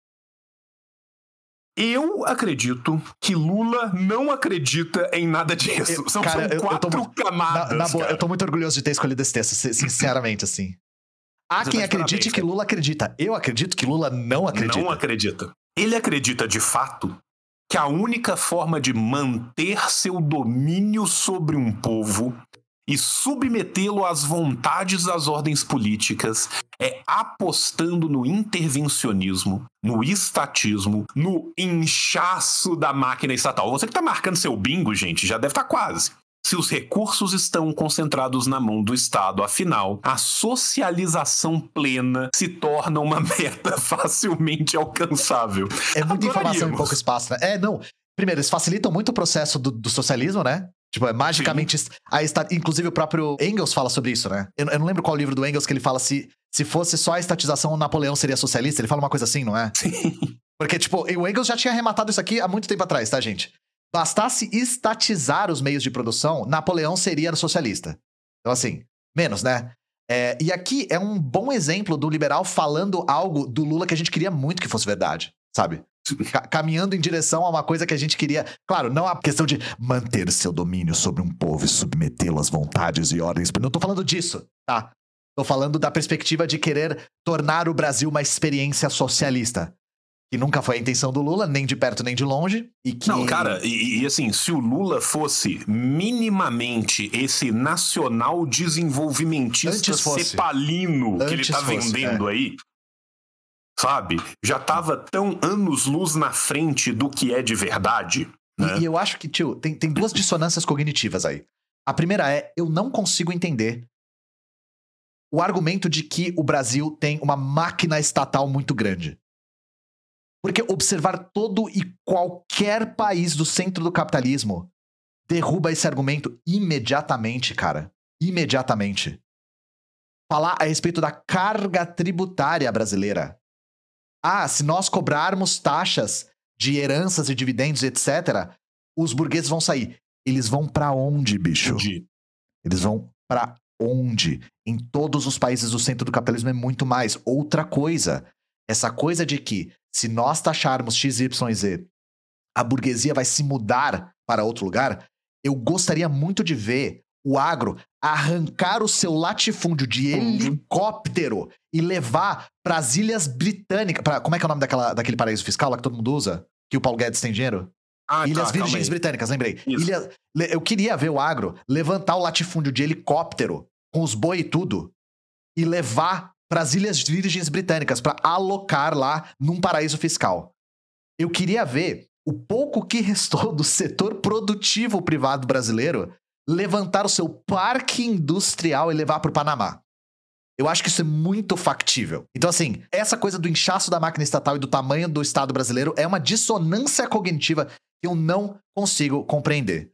Eu acredito que Lula não acredita em nada disso. São quatro camadas. Na boa, eu tô muito orgulhoso de ter escolhido esse texto, sinceramente, assim. Há quem acredite que Lula acredita. Eu acredito que Lula não acredita. Não acredita. Ele acredita, de fato, que a única forma de manter seu domínio sobre um povo e submetê-lo às vontades das ordens políticas é apostando no intervencionismo, no estatismo, no inchaço da máquina estatal. Você que está marcando seu bingo, gente, já deve estar quase. Se os recursos estão concentrados na mão do Estado, afinal, a socialização plena se torna uma meta facilmente alcançável. É muita informação em pouco espaço, né? Primeiro, eles facilitam muito o processo do socialismo, né? Tipo, magicamente... Inclusive, o próprio Engels fala sobre isso, né? Eu não lembro qual livro do Engels que ele fala se fosse só a estatização, o Napoleão seria socialista. Ele fala uma coisa assim, não é? Sim. Porque, tipo, o Engels já tinha arrematado isso aqui há muito tempo atrás, tá, gente? Bastasse estatizar os meios de produção, Napoleão seria socialista. Então, assim, menos, né? E aqui é um bom exemplo do liberal falando algo do Lula que a gente queria muito que fosse verdade, sabe? Caminhando em direção a uma coisa que a gente queria... Claro, não a questão de manter seu domínio sobre um povo e submetê-lo às vontades e ordens. Não tô falando disso, tá? Tô falando da perspectiva de querer tornar o Brasil uma experiência socialista. Que nunca foi a intenção do Lula, nem de perto nem de longe. Não, cara, e assim, se o Lula fosse minimamente esse nacional desenvolvimentista cepalino que ele tá vendendo aí... Sabe? Já tava tão anos-luz na frente do que é de verdade. Né? E eu acho que, tio, tem duas dissonâncias cognitivas aí. A primeira é, eu não consigo entender o argumento de que o Brasil tem uma máquina estatal muito grande. Porque observar todo e qualquer país do centro do capitalismo derruba esse argumento imediatamente, cara. Imediatamente. Falar a respeito da carga tributária brasileira. Se nós cobrarmos taxas de heranças e dividendos, etc., os burgueses vão sair. Eles vão pra onde, bicho? Eles vão pra onde? Em todos os países do centro do capitalismo é muito mais. Outra coisa, essa coisa de que se nós taxarmos X, Y e Z, a burguesia vai se mudar para outro lugar, eu gostaria muito de ver o agro arrancar o seu latifúndio de helicóptero e levar para as Ilhas Britânicas. Como é que é o nome daquele paraíso fiscal lá que todo mundo usa? Que o Paulo Guedes tem dinheiro? Ilhas Virgens Britânicas, lembrei. Eu queria ver o agro levantar o latifúndio de helicóptero com os boi e tudo e levar para as Ilhas Virgens Britânicas para alocar lá num paraíso fiscal. Eu queria ver o pouco que restou do setor produtivo privado brasileiro levantar o seu parque industrial e levar para o Panamá. Eu acho que isso é muito factível. Então, assim, essa coisa do inchaço da máquina estatal e do tamanho do Estado brasileiro é uma dissonância cognitiva que eu não consigo compreender.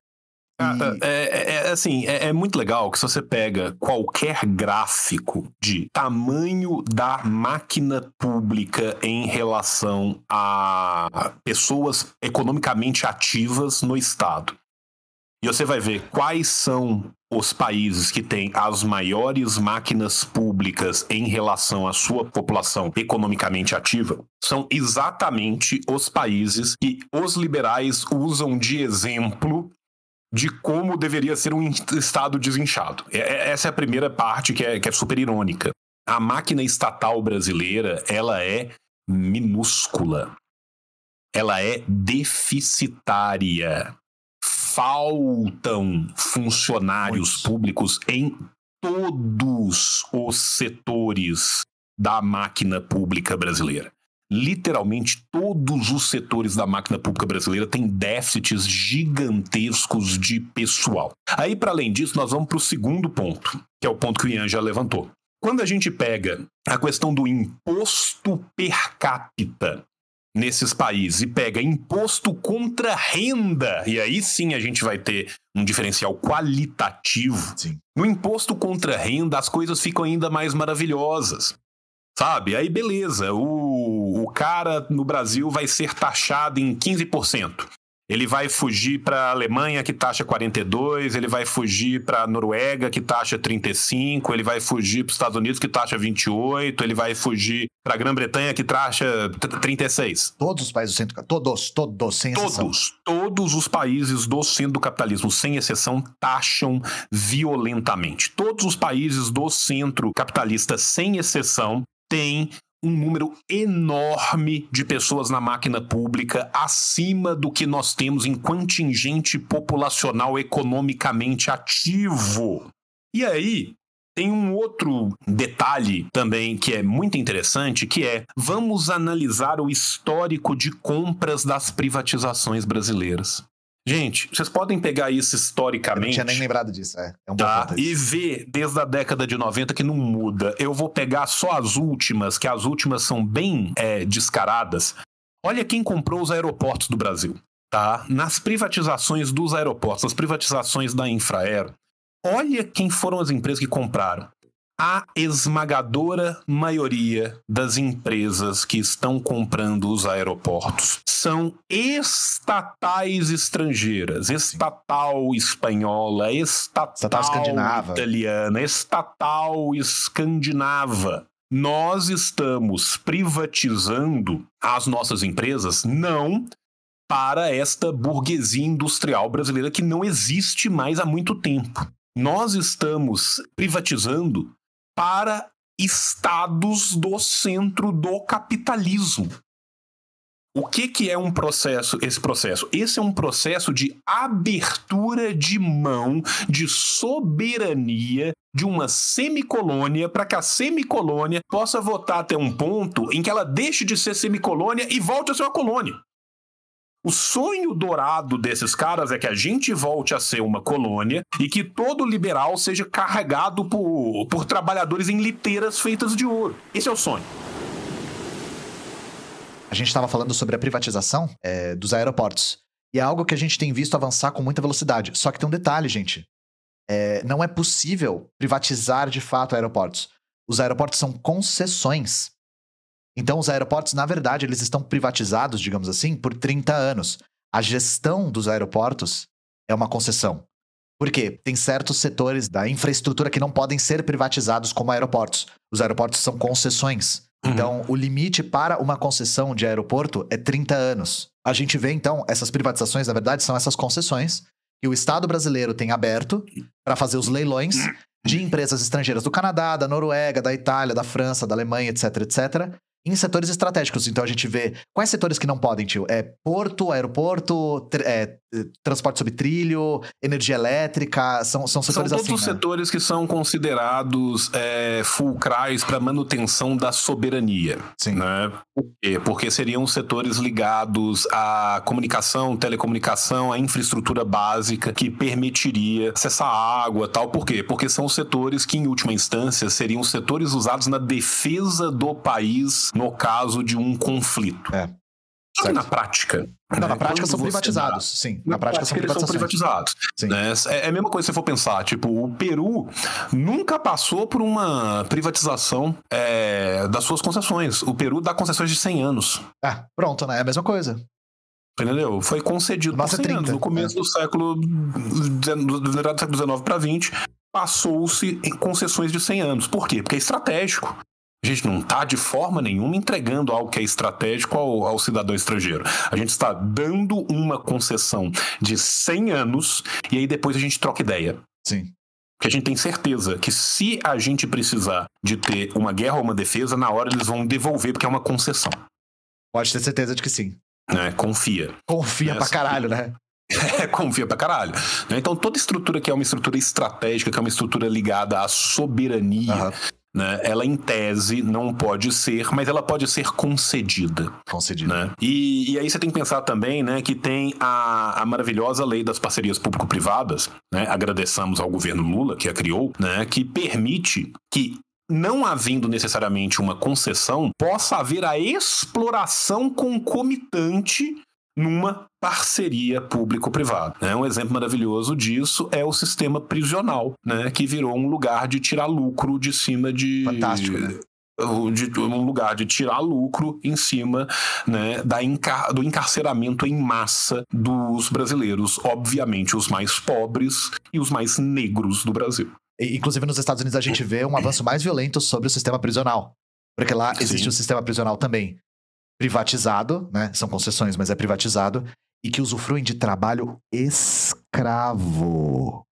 É muito legal que se você pega qualquer gráfico de tamanho da máquina pública em relação a pessoas economicamente ativas no Estado, e você vai ver quais são os países que têm as maiores máquinas públicas em relação à sua população economicamente ativa, são exatamente os países que os liberais usam de exemplo de como deveria ser um Estado desinchado. Essa é a primeira parte que é super irônica. A máquina estatal brasileira, ela é minúscula. Ela é deficitária. Faltam funcionários públicos em todos os setores da máquina pública brasileira. Literalmente todos os setores da máquina pública brasileira têm déficits gigantescos de pessoal. Aí, para além disso, nós vamos para o segundo ponto, que é o ponto que o Ian já levantou. Quando a gente pega a questão do imposto per capita nesses países e pega imposto contra renda, e aí sim a gente vai ter um diferencial qualitativo. Sim. No imposto contra renda, as coisas ficam ainda mais maravilhosas. Sabe? Aí beleza, o cara no Brasil vai ser taxado em 15%. Ele vai fugir para a Alemanha, que taxa 42%, ele vai fugir para a Noruega, que taxa 35%, ele vai fugir para os Estados Unidos, que taxa 28%, ele vai fugir para a Grã-Bretanha, que taxa 36%. Todos os países do centro... Todos, sem exceção. Todos os países do centro do capitalismo, sem exceção, taxam violentamente. Todos os países do centro capitalista, sem exceção, têm um número enorme de pessoas na máquina pública acima do que nós temos em contingente populacional economicamente ativo. E aí, tem um outro detalhe também que é muito interessante, que é, vamos analisar o histórico de compras das privatizações brasileiras. Gente, vocês podem pegar isso historicamente. Eu não tinha nem lembrado disso, é um bom ponto. E ver desde a década de 90 que não muda. Eu vou pegar só as últimas, que as últimas são bem descaradas. Olha quem comprou os aeroportos do Brasil, tá? Nas privatizações dos aeroportos, nas privatizações da Infraero, olha quem foram as empresas que compraram. A esmagadora maioria das empresas que estão comprando os aeroportos são estatais estrangeiras, estatal espanhola, estatal escandinava, italiana, estatal escandinava. Nós estamos privatizando as nossas empresas não para esta burguesia industrial brasileira que não existe mais há muito tempo. Nós estamos privatizando para estados do centro do capitalismo. O que é esse processo? Esse é um processo de abertura de mão de soberania de uma semicolônia para que a semicolônia possa votar até um ponto em que ela deixe de ser semicolônia e volte a ser uma colônia. O sonho dourado desses caras é que a gente volte a ser uma colônia e que todo liberal seja carregado por trabalhadores em liteiras feitas de ouro. Esse é o sonho. A gente estava falando sobre a privatização dos aeroportos. E é algo que a gente tem visto avançar com muita velocidade. Só que tem um detalhe, gente. Não é possível privatizar de fato aeroportos. Os aeroportos são concessões. Então, os aeroportos, na verdade, eles estão privatizados, digamos assim, por 30 anos. A gestão dos aeroportos é uma concessão. Por quê? Tem certos setores da infraestrutura que não podem ser privatizados como aeroportos. Os aeroportos são concessões. Então, o limite para uma concessão de aeroporto é 30 anos. A gente vê, então, essas privatizações, na verdade, são essas concessões que o Estado brasileiro tem aberto para fazer os leilões de empresas estrangeiras do Canadá, da Noruega, da Itália, da França, da Alemanha, etc, etc, em setores estratégicos. Então a gente vê quais setores que não podem, tio. Porto, aeroporto, transporte sobre trilho, energia elétrica, são setores são todos assim, os né? setores que são considerados fulcrais para manutenção da soberania. Sim. Né? Por quê? Porque seriam setores ligados à comunicação, telecomunicação, à infraestrutura básica que permitiria acessar água, tal. Por quê? Porque são setores que, em última instância, seriam setores usados na defesa do país no caso de um conflito. Só que na prática... Não, na prática são privatizados, sim. Na prática são eles são privatizados. Né? É a mesma coisa se você for pensar. Tipo, o Peru nunca passou por uma privatização das suas concessões. O Peru dá concessões de 100 anos. Pronto, né? É a mesma coisa. Entendeu? Foi concedido por 100 anos. No começo do século XIX para 20, passou-se em concessões de 100 anos. Por quê? Porque é estratégico. A gente não está de forma nenhuma entregando algo que é estratégico ao cidadão estrangeiro. A gente está dando uma concessão de 100 anos e aí depois a gente troca ideia. Sim. Porque a gente tem certeza que se a gente precisar de ter uma guerra ou uma defesa, na hora eles vão devolver porque é uma concessão. Pode ter certeza de que sim. Confia. Confia pra caralho, né? Confia pra caralho. Então toda estrutura que é uma estrutura estratégica, que é uma estrutura ligada à soberania... Né? Ela, em tese, não pode ser, mas ela pode ser concedida. Né? E aí você tem que pensar também, né, que tem a maravilhosa lei das parcerias público-privadas, né? Agradeçamos ao governo Lula, que a criou, né, que permite que, não havendo necessariamente uma concessão, possa haver a exploração concomitante numa parceria público-privada. Um exemplo maravilhoso disso é o sistema prisional, né, que virou um lugar de tirar lucro de cima de... Fantástico, né? Um lugar de tirar lucro em cima, né, do encarceramento em massa dos brasileiros, obviamente os mais pobres e os mais negros do Brasil. Inclusive nos Estados Unidos a gente vê um avanço mais violento sobre o sistema prisional, porque lá existe o sistema prisional também privatizado, né? São concessões, mas é privatizado, e que usufruem de trabalho escravo.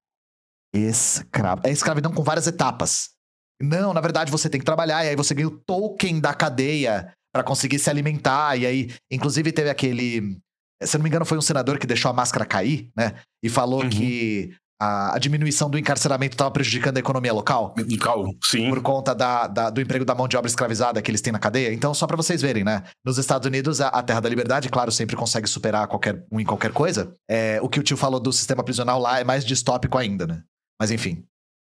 Escravo. É escravidão com várias etapas. Não, na verdade você tem que trabalhar, e aí você ganha o token da cadeia pra conseguir se alimentar, e aí, inclusive teve aquele... Se eu não me engano, foi um senador que deixou a máscara cair, né? E falou que a diminuição do encarceramento estava prejudicando a economia local. Sim. Por conta do emprego da mão de obra escravizada que eles têm na cadeia. Então, só pra vocês verem, né? Nos Estados Unidos, a terra da liberdade, claro, sempre consegue superar em qualquer coisa. O que o tio falou do sistema prisional lá é mais distópico ainda, né? Mas enfim.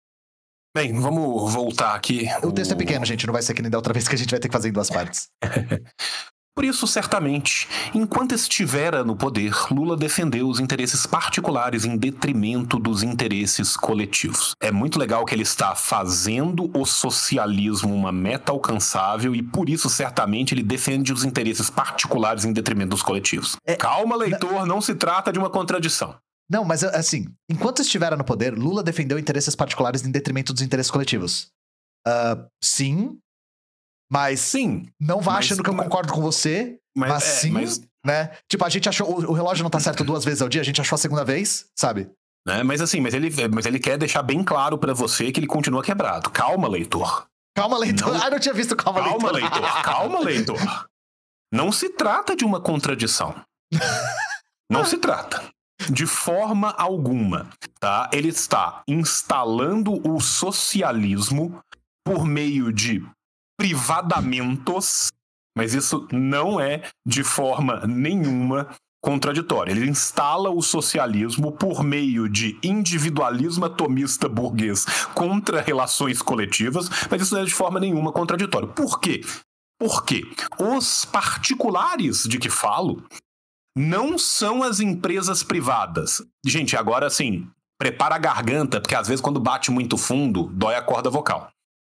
Bem, vamos voltar aqui. O texto é pequeno, gente. Não vai ser que nem da outra vez que a gente vai ter que fazer em 2 partes. Por isso, certamente, enquanto estivera no poder, Lula defendeu os interesses particulares em detrimento dos interesses coletivos. É muito legal que ele está fazendo o socialismo uma meta alcançável e, por isso, certamente, ele defende os interesses particulares em detrimento dos coletivos. Calma, leitor, não se trata de uma contradição. Não, mas assim, enquanto estivera no poder, Lula defendeu interesses particulares em detrimento dos interesses coletivos. Sim... Mas sim, não vá achando que eu concordo com você, mas sim, né? Tipo, a gente achou... O relógio não tá certo 2 vezes ao dia, a gente achou a segunda vez, sabe? Mas ele quer deixar bem claro pra você que ele continua quebrado. Calma, leitor. Calma, leitor. Não... não tinha visto calma, leitor. Calma, leitor. Não se trata de uma contradição. Não se trata. De forma alguma, tá? Ele está instalando o socialismo por meio de privadamentos, mas isso não é de forma nenhuma contraditória. Ele instala o socialismo por meio de individualismo atomista burguês contra relações coletivas, mas isso não é de forma nenhuma contraditório. Por quê? Porque os particulares de que falo não são as empresas privadas. Gente, agora sim, prepara a garganta, porque às vezes quando bate muito fundo, dói a corda vocal.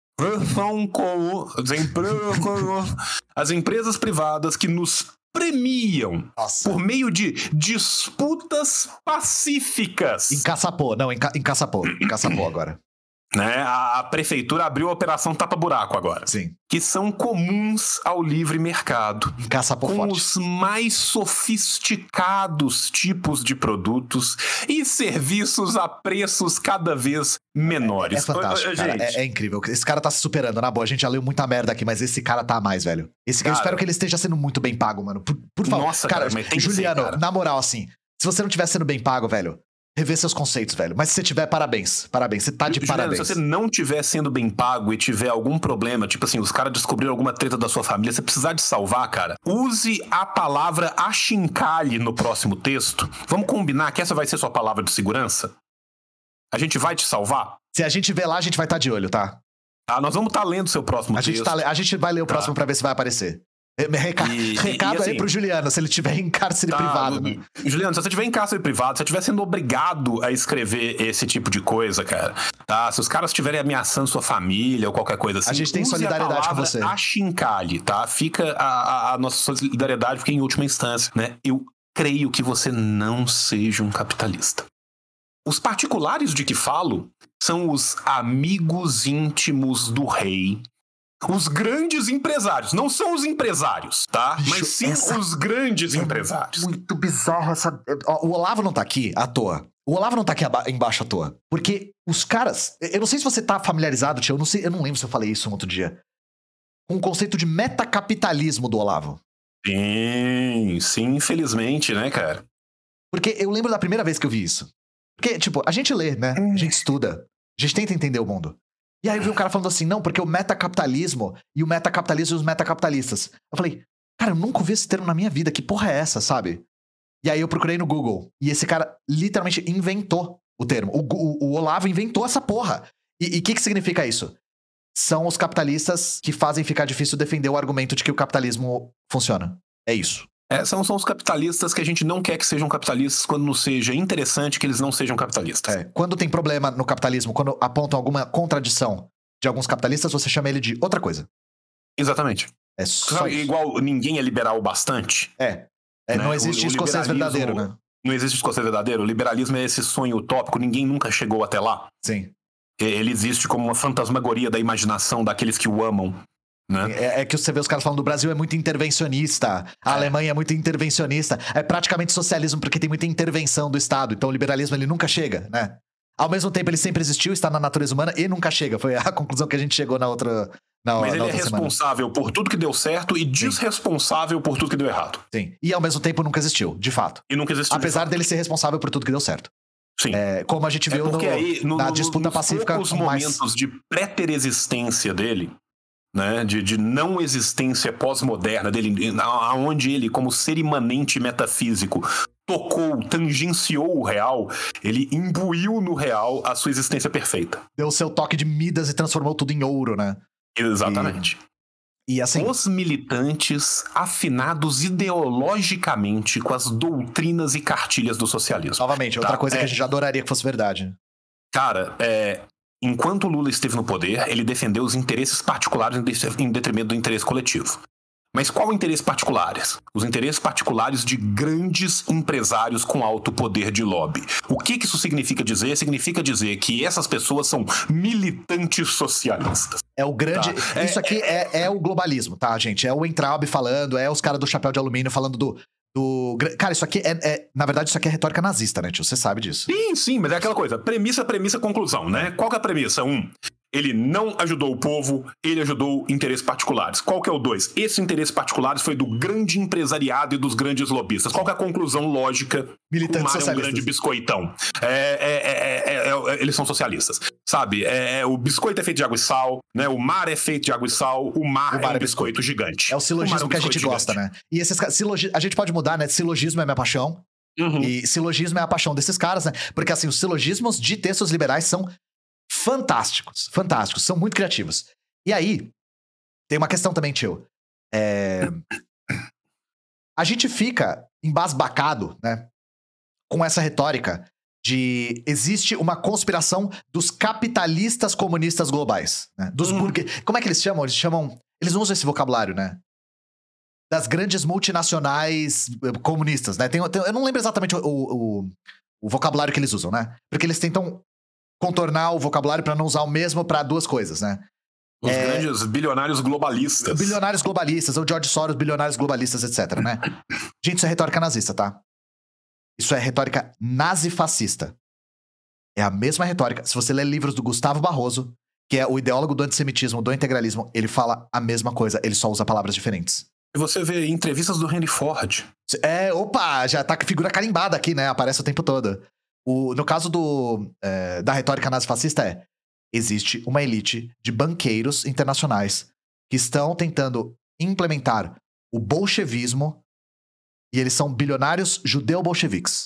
As empresas privadas que nos premiam por meio de disputas pacíficas. Encaçapou agora. Né? A prefeitura abriu a operação tapa-buraco agora. Sim. Que são comuns ao livre mercado. Caça por com forte. os mais sofisticados tipos de produtos e serviços a preços cada vez menores. É fantástico, cara. É incrível. Esse cara tá se superando. Na boa, a gente já leu muita merda aqui, mas esse cara tá a mais, velho. Eu espero que ele esteja sendo muito bem pago, mano. Por favor. Nossa, cara, mas tem Juliano, que ser, cara. Na moral, assim, se você não estiver sendo bem pago, velho, rever seus conceitos, velho. Mas se você tiver, parabéns. Parabéns. Você tá de Juliano, parabéns. se você não tiver sendo bem pago e tiver algum problema, tipo assim, os caras descobriram alguma treta da sua família, você precisar de salvar, cara, use a palavra achincalhe no próximo texto. Vamos combinar que essa vai ser sua palavra de segurança? A gente vai te salvar? Se a gente ver lá, a gente vai estar de olho, tá? Nós vamos estar lendo o seu próximo texto. A gente vai ler o próximo pra ver se vai aparecer. Recado assim, aí pro Juliano, se ele tiver em cárcere privado. Né? Juliano, se você tiver em cárcere privado, se você estiver sendo obrigado a escrever esse tipo de coisa, cara, tá? Se os caras estiverem ameaçando sua família ou qualquer coisa assim, a gente tem solidariedade com você. Achincalhe, tá? Fica a nossa solidariedade fica em última instância, né? Eu creio que você não seja um capitalista. Os particulares de que falo são os amigos íntimos do rei. Os grandes empresários, não são os empresários, tá? Bicho, mas sim os grandes empresários. Muito bizarro essa... O Olavo não tá aqui à toa. O Olavo não tá aqui embaixo à toa. Porque os caras... Eu não sei se você tá familiarizado, tio. Eu não lembro se eu falei isso um outro dia. Com o conceito de metacapitalismo do Olavo. Sim, infelizmente, né, cara? Porque eu lembro da primeira vez que eu vi isso. Porque, tipo, a gente lê, né? A gente estuda. A gente tenta entender o mundo. E aí eu vi um cara falando assim, não, porque o metacapitalismo e o metacapitalismo e os metacapitalistas. Eu falei, cara, eu nunca ouvi esse termo na minha vida, que porra é essa, sabe? E aí eu procurei no Google, e esse cara literalmente inventou o termo. O Olavo inventou essa porra. E o que significa isso? São os capitalistas que fazem ficar difícil defender o argumento de que o capitalismo funciona. É isso. São os capitalistas que a gente não quer que sejam capitalistas quando não seja interessante que eles não sejam capitalistas. Quando tem problema no capitalismo, quando apontam alguma contradição de alguns capitalistas, você chama ele de outra coisa. Exatamente. É só isso. Igual ninguém é liberal bastante. Né? Não existe escocês verdadeiro, né? Não existe escocês verdadeiro. O liberalismo é esse sonho utópico, ninguém nunca chegou até lá. Sim. Ele existe como uma fantasmagoria da imaginação daqueles que o amam. Né? É que você vê os caras falando do Brasil é muito intervencionista, a Alemanha é muito intervencionista, é praticamente socialismo porque tem muita intervenção do Estado, então o liberalismo ele nunca chega, né? Ao mesmo tempo ele sempre existiu, está na natureza humana e nunca chega, foi a conclusão que a gente chegou na outra Mas ele é responsável por tudo que deu certo e desresponsável por tudo que deu errado. Sim, e ao mesmo tempo nunca existiu, de fato. E nunca existiu. Apesar dele ser responsável por tudo que deu certo. Sim. Como a gente viu na disputa pacífica. Nos momentos de preterexistência dele, né, de não existência pós-moderna dele, onde ele, como ser imanente metafísico, tangenciou o real, ele imbuiu no real a sua existência perfeita. Deu o seu toque de Midas e transformou tudo em ouro, né? Exatamente. E assim... Os militantes afinados ideologicamente com as doutrinas e cartilhas do socialismo. Novamente, outra coisa que a gente adoraria que fosse verdade. Cara, enquanto o Lula esteve no poder, ele defendeu os interesses particulares em detrimento do interesse coletivo. Mas qual interesse particulares? Os interesses particulares de grandes empresários com alto poder de lobby. O que isso significa dizer? Significa dizer que essas pessoas são militantes socialistas. É o grande... Tá? Isso aqui é o globalismo, tá, gente? É o Entraub falando, é os caras do chapéu de alumínio falando do... Cara, isso aqui na verdade, isso aqui é retórica nazista, né, tio? Você sabe disso. Sim, mas é aquela coisa. Premissa, conclusão, né? Qual que é a premissa? Ele não ajudou o povo, ele ajudou interesses particulares. Qual que é o 2? Esses interesses particulares foi do grande empresariado e dos grandes lobistas. Qual que é a conclusão lógica? Militantes socialistas. É um grande biscoitão. Eles são socialistas. Sabe? O biscoito é feito de água e sal, né? O mar é feito de água e sal, o mar é um biscoito gigante. É o silogismo que a gente gosta, né? E esses a gente pode mudar, né? Silogismo é minha paixão. Uhum. E silogismo é a paixão desses caras, né? Porque assim, os silogismos de textos liberais são fantásticos, são muito criativos. E aí, tem uma questão também, tio. A gente fica embasbacado, né, com essa retórica de existe uma conspiração dos capitalistas comunistas globais, né? Dos Como é que eles chamam? Eles não usam esse vocabulário, né? Das grandes multinacionais comunistas, né? Eu não lembro exatamente o vocabulário que eles usam, né? Porque eles tentam contornar o vocabulário para não usar o mesmo para duas coisas, né? Os grandes bilionários globalistas. Bilionários globalistas, ou George Soros, bilionários globalistas, etc, né? Gente, isso é retórica nazista, tá? Isso é retórica nazifascista. É a mesma retórica. Se você ler livros do Gustavo Barroso, que é o ideólogo do antissemitismo, do integralismo, ele fala a mesma coisa, ele só usa palavras diferentes. E você vê entrevistas do Henry Ford. Opa, já tá com figura carimbada aqui, né? Aparece o tempo todo. No caso da retórica nazifascista existe uma elite de banqueiros internacionais que estão tentando implementar o bolchevismo e eles são bilionários judeu-bolcheviques.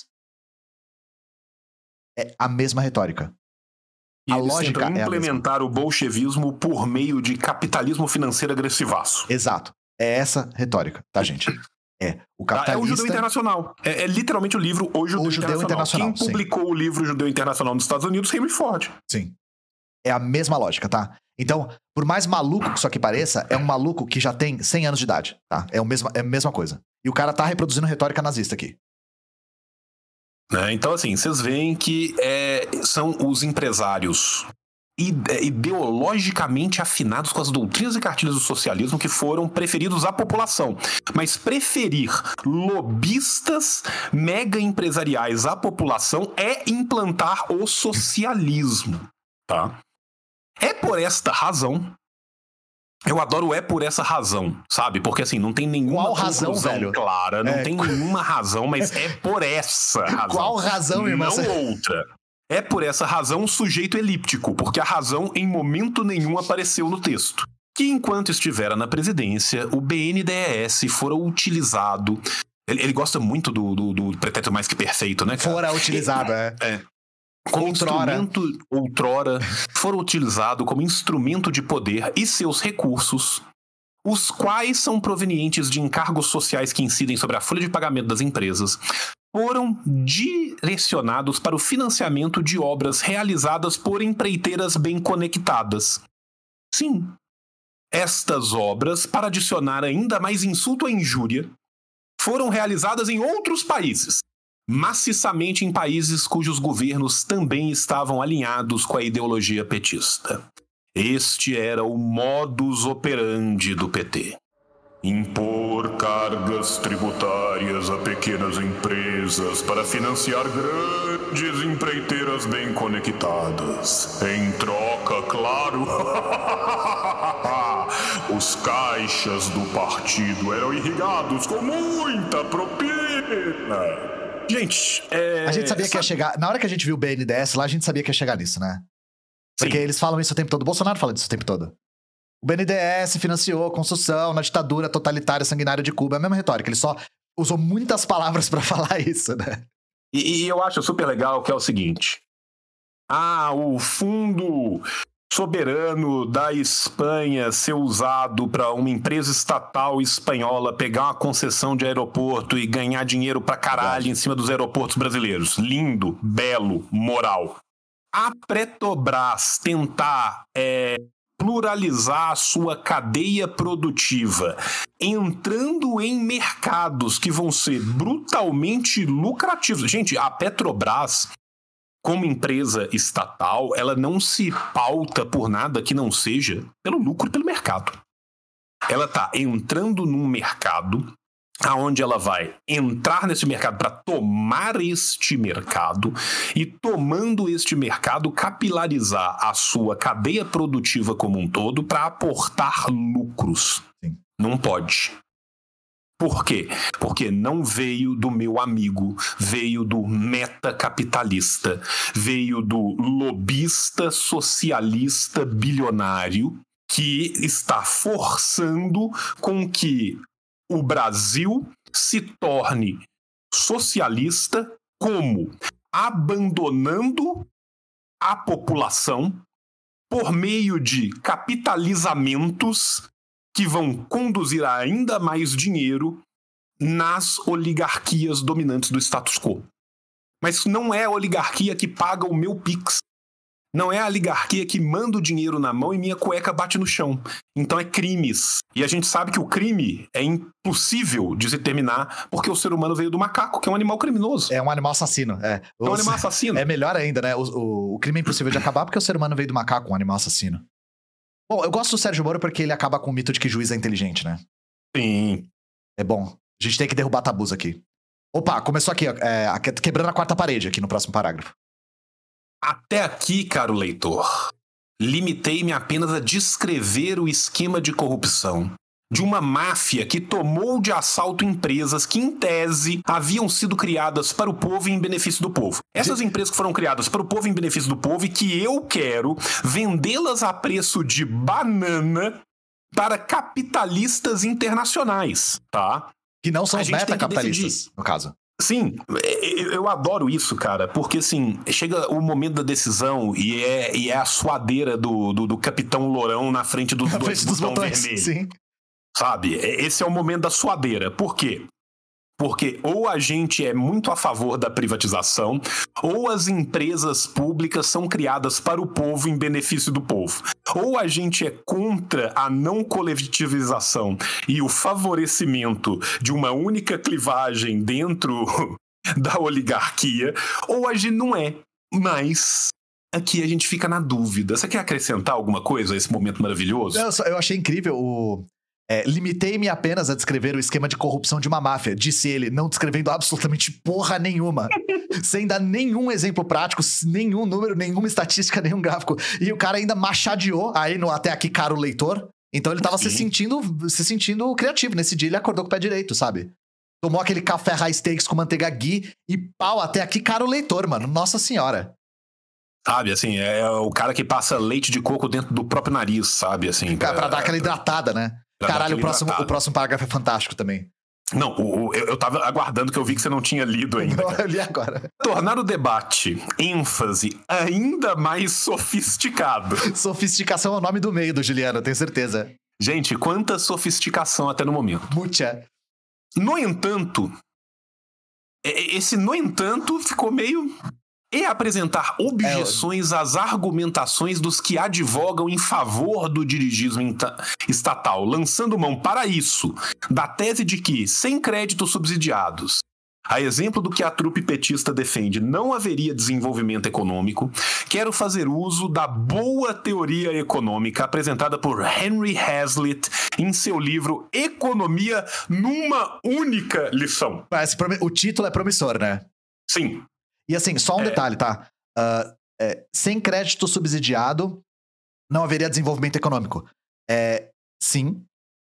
É a mesma retórica. E eles tentam implementar o bolchevismo por meio de capitalismo financeiro agressivaço. Exato. É essa retórica, tá, gente? O capitalista... É o Judeu Internacional. É literalmente o livro O Judeu Internacional. Quem publicou o livro Judeu Internacional nos Estados Unidos? Henry Ford. Sim. É a mesma lógica, tá? Então, por mais maluco que isso aqui pareça, é um maluco que já tem 100 anos de idade, tá? É a mesma coisa. E o cara tá reproduzindo retórica nazista aqui. Então, assim, vocês veem que são os empresários ideologicamente afinados com as doutrinas e cartilhas do socialismo que foram preferidos à população. Mas preferir lobistas mega empresariais à população é implantar o socialismo, tá? É por esta razão... Eu adoro por essa razão, sabe? Porque assim, não tem nenhuma razão, velho? Clara, não tem nenhuma razão, mas é por essa razão. Qual razão, irmão? Não outra. É por essa razão sujeito elíptico, porque a razão em momento nenhum apareceu no texto. Que enquanto estivera na presidência, o BNDES fora utilizado... Ele gosta muito do pretérito mais que perfeito, né, cara? Fora utilizado, como outrora foram utilizados como instrumento de poder e seus recursos, os quais são provenientes de encargos sociais que incidem sobre a folha de pagamento das empresas, foram direcionados para o financiamento de obras realizadas por empreiteiras bem conectadas. Sim, estas obras, para adicionar ainda mais insulto à injúria, foram realizadas em outros países, maciçamente em países cujos governos também estavam alinhados com a ideologia petista. Este era o modus operandi do PT. Impor cargas tributárias a pequenas empresas para financiar grandes empreiteiras bem conectadas. Em troca, claro, os caixas do partido eram irrigados com muita propina. Gente, a gente sabia que ia chegar... Na hora que a gente viu o BNDES lá, a gente sabia que ia chegar nisso, né? Porque eles falam isso o tempo todo. O Bolsonaro fala disso o tempo todo. O BNDES financiou a construção na ditadura totalitária sanguinária de Cuba. É a mesma retórica. Ele só usou muitas palavras pra falar isso, né? E eu acho super legal que é o seguinte. O fundo soberano da Espanha ser usado para uma empresa estatal espanhola pegar uma concessão de aeroporto e ganhar dinheiro pra caralho em cima dos aeroportos brasileiros. Lindo, belo, moral. A Petrobras tentar pluralizar a sua cadeia produtiva, entrando em mercados que vão ser brutalmente lucrativos. Gente, a Petrobras... como empresa estatal, ela não se pauta por nada que não seja pelo lucro e pelo mercado. Ela está entrando num mercado aonde ela vai entrar nesse mercado para tomar este mercado e, tomando este mercado, capilarizar a sua cadeia produtiva como um todo para aportar lucros. Sim. Não pode. Por quê? Porque não veio do meu amigo, veio do metacapitalista, veio do lobista socialista bilionário que está forçando com que o Brasil se torne socialista, como? Abandonando a população por meio de capitalizamentos que vão conduzir a ainda mais dinheiro nas oligarquias dominantes do status quo. Mas não é a oligarquia que paga o meu Pix. Não é a oligarquia que manda o dinheiro na mão e minha cueca bate no chão. Então é crimes. E a gente sabe que o crime é impossível de se terminar porque o ser humano veio do macaco, que é um animal criminoso. É um animal assassino. É um animal assassino. É melhor ainda, né? O crime é impossível de acabar porque o ser humano veio do macaco, um animal assassino. Bom, eu gosto do Sérgio Moro porque ele acaba com o mito de que juiz é inteligente, né? Sim. É bom. A gente tem que derrubar tabus aqui. Opa, começou aqui, quebrando a quarta parede aqui no próximo parágrafo. Até aqui, caro leitor, limitei-me apenas a descrever o esquema de corrupção de uma máfia que tomou de assalto empresas que, em tese, haviam sido criadas para o povo e em benefício do povo. Essas empresas que foram criadas para o povo e em benefício do povo e que eu quero vendê-las a preço de banana para capitalistas internacionais, tá? Que não são os meta-capitalistas, no caso. Sim, eu adoro isso, cara, porque assim, chega o momento da decisão e é a suadeira do Capitão Lourão na frente dos dois botões vermelhos. Sim. Sabe? Esse é o momento da suadeira. Por quê? Porque ou a gente é muito a favor da privatização, ou as empresas públicas são criadas para o povo em benefício do povo. Ou a gente é contra a não coletivização e o favorecimento de uma única clivagem dentro da oligarquia, ou a gente não é. Mas aqui a gente fica na dúvida. Você quer acrescentar alguma coisa a esse momento maravilhoso? Eu achei incrível limitei-me apenas a descrever o esquema de corrupção de uma máfia, disse ele, não descrevendo absolutamente porra nenhuma. Sem dar nenhum exemplo prático, nenhum número, nenhuma estatística, nenhum gráfico. E o cara ainda machadeou aí no até aqui, caro leitor. Então ele tava se sentindo criativo. Nesse dia ele acordou com o pé direito, sabe? Tomou aquele café high stakes com manteiga ghee e pau, até aqui, caro leitor, mano. Nossa senhora. Sabe, assim, é o cara que passa leite de coco dentro do próprio nariz, sabe, assim. Pra dar aquela hidratada, né? Caralho, o próximo parágrafo é fantástico também. Não, eu tava aguardando que eu vi que você não tinha lido ainda. Não, eu li agora. Tornar o debate ênfase ainda mais sofisticado. Sofisticação é o nome do meio do Juliano, eu tenho certeza. Gente, quanta sofisticação até no momento. Muita. No entanto, esse no entanto ficou meio... É apresentar objeções às argumentações dos que advogam em favor do dirigismo estatal, lançando mão para isso da tese de que, sem créditos subsidiados, a exemplo do que a trupe petista defende, não haveria desenvolvimento econômico. Quero fazer uso da boa teoria econômica apresentada por Henry Hazlitt em seu livro Economia numa Única Lição. O título é promissor, né? Sim. E assim, só um detalhe, tá? Sem crédito subsidiado, não haveria desenvolvimento econômico. Sim.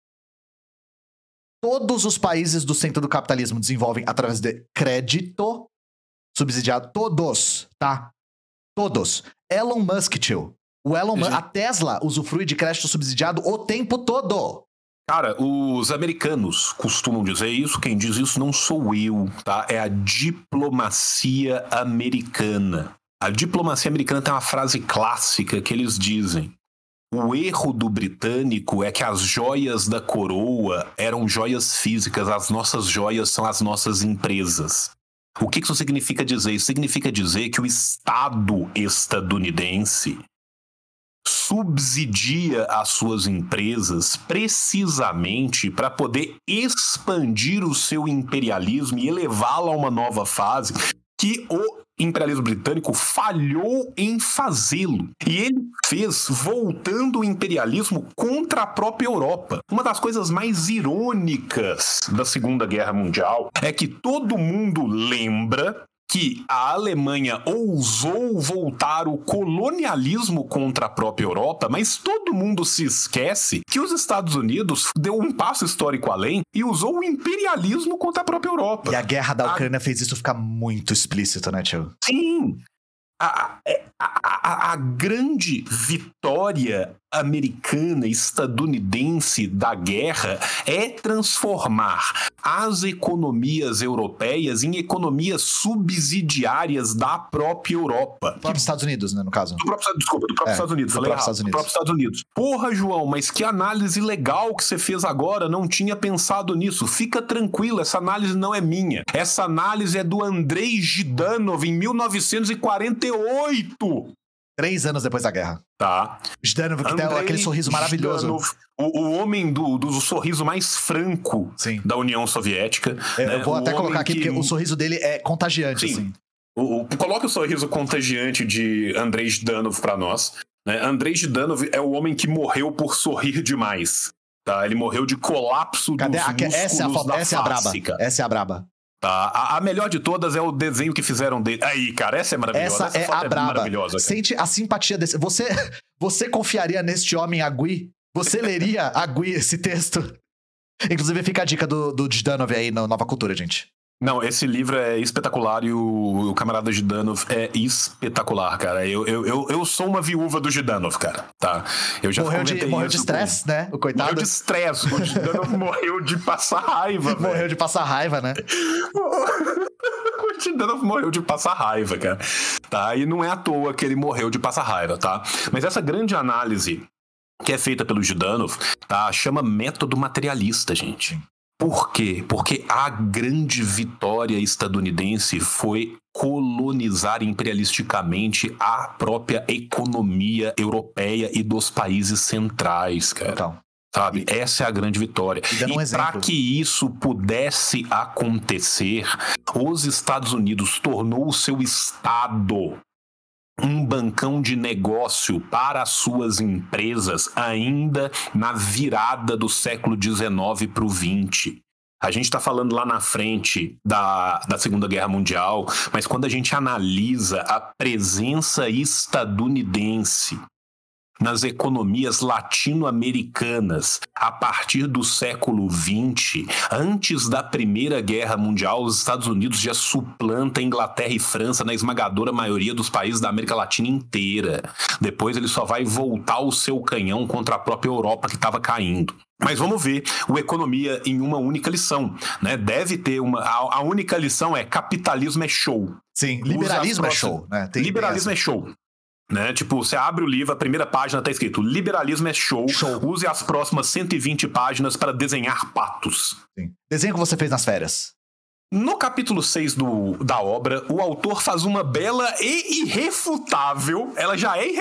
Todos os países do centro do capitalismo desenvolvem através de crédito subsidiado. Todos, tá? Todos. Elon Musk, tio. A Tesla usufrui de crédito subsidiado o tempo todo. Cara, os americanos costumam dizer isso, quem diz isso não sou eu, tá? É a diplomacia americana. A diplomacia americana tem uma frase clássica que eles dizem: o erro do britânico é que as joias da coroa eram joias físicas, as nossas joias são as nossas empresas. O que isso significa dizer? Isso significa dizer que o Estado estadunidense subsidia as suas empresas precisamente para poder expandir o seu imperialismo e elevá-lo a uma nova fase que o imperialismo britânico falhou em fazê-lo. E ele fez voltando o imperialismo contra a própria Europa. Uma das coisas mais irônicas da Segunda Guerra Mundial é que todo mundo lembra que a Alemanha ousou voltar o colonialismo contra a própria Europa, mas todo mundo se esquece que os Estados Unidos deu um passo histórico além e usou o imperialismo contra a própria Europa. E a guerra da Ucrânia fez isso ficar muito explícito, né, tio? Sim. A grande vitória americana, estadunidense da guerra é transformar as economias europeias em economias subsidiárias da própria Europa. Do próprio Estados Unidos, né, no caso. Do próprio Estados Unidos. Falei errado. Do próprio Estados Unidos. Porra, João, mas que análise legal que você fez agora. Não tinha pensado nisso. Fica tranquilo, essa análise não é minha. Essa análise é do Andrei Zhdanov, em 1948. 3 anos depois da guerra. Tá. Zhdanov, que tem aquele sorriso maravilhoso. Zhdanov, o homem do sorriso mais franco da União Soviética. Eu vou até colocar aqui, porque o sorriso dele é contagiante, assim. Coloque o sorriso contagiante de Andrei Zhdanov pra nós. Né? Andrei Zhdanov é o homem que morreu por sorrir demais. Tá? Ele morreu de colapso dos músculos essa é a foto, da essa face, é a braba. cara. Essa é a braba. Tá? A melhor de todas é o desenho que fizeram dele. Aí, cara, essa é maravilhosa. Essa é a braba. Maravilhosa, sente a simpatia desse... Você confiaria neste homem Agui? Você leria Agui, esse texto? Inclusive, fica a dica do Zhdanov aí na Nova Cultura, gente. Não, esse livro é espetacular e o camarada Zhdanov é espetacular, cara. Eu sou uma viúva do Zhdanov, cara, tá? Eu já morreu de estresse, né? O coitado. Morreu de estresse. O Zhdanov morreu de passar raiva, velho. Morreu de passar raiva, né? O Zhdanov morreu de passar raiva, cara. Tá? E não é à toa que ele morreu de passar raiva, tá? Mas essa grande análise que é feita pelo Zhdanov, tá? Chama método materialista, gente. Por quê? Porque a grande vitória estadunidense foi colonizar imperialisticamente a própria economia europeia e dos países centrais, cara. Então. Sabe? Essa é a grande vitória. E para que isso pudesse acontecer, os Estados Unidos tornou o seu Estado um bancão de negócio para as suas empresas ainda na virada do século XIX para o XX. A gente está falando lá na frente da Segunda Guerra Mundial, mas quando a gente analisa a presença estadunidense nas economias latino-americanas a partir do século XX, antes da Primeira Guerra Mundial, os Estados Unidos já suplanta Inglaterra e França na esmagadora maioria dos países da América Latina inteira. Depois ele só vai voltar o seu canhão contra a própria Europa que estava caindo. Mas vamos ver o Economia em uma única lição, né? Deve ter a única lição é capitalismo é show. Sim, liberalismo é show, né? Liberalismo é show. Né? Tipo, você abre o livro, a primeira página tá escrito liberalismo é show. Use as próximas 120 páginas para desenhar patos. Sim. Desenho que você fez nas férias. No capítulo 6 da obra, o autor faz uma bela e irrefutável, ela já é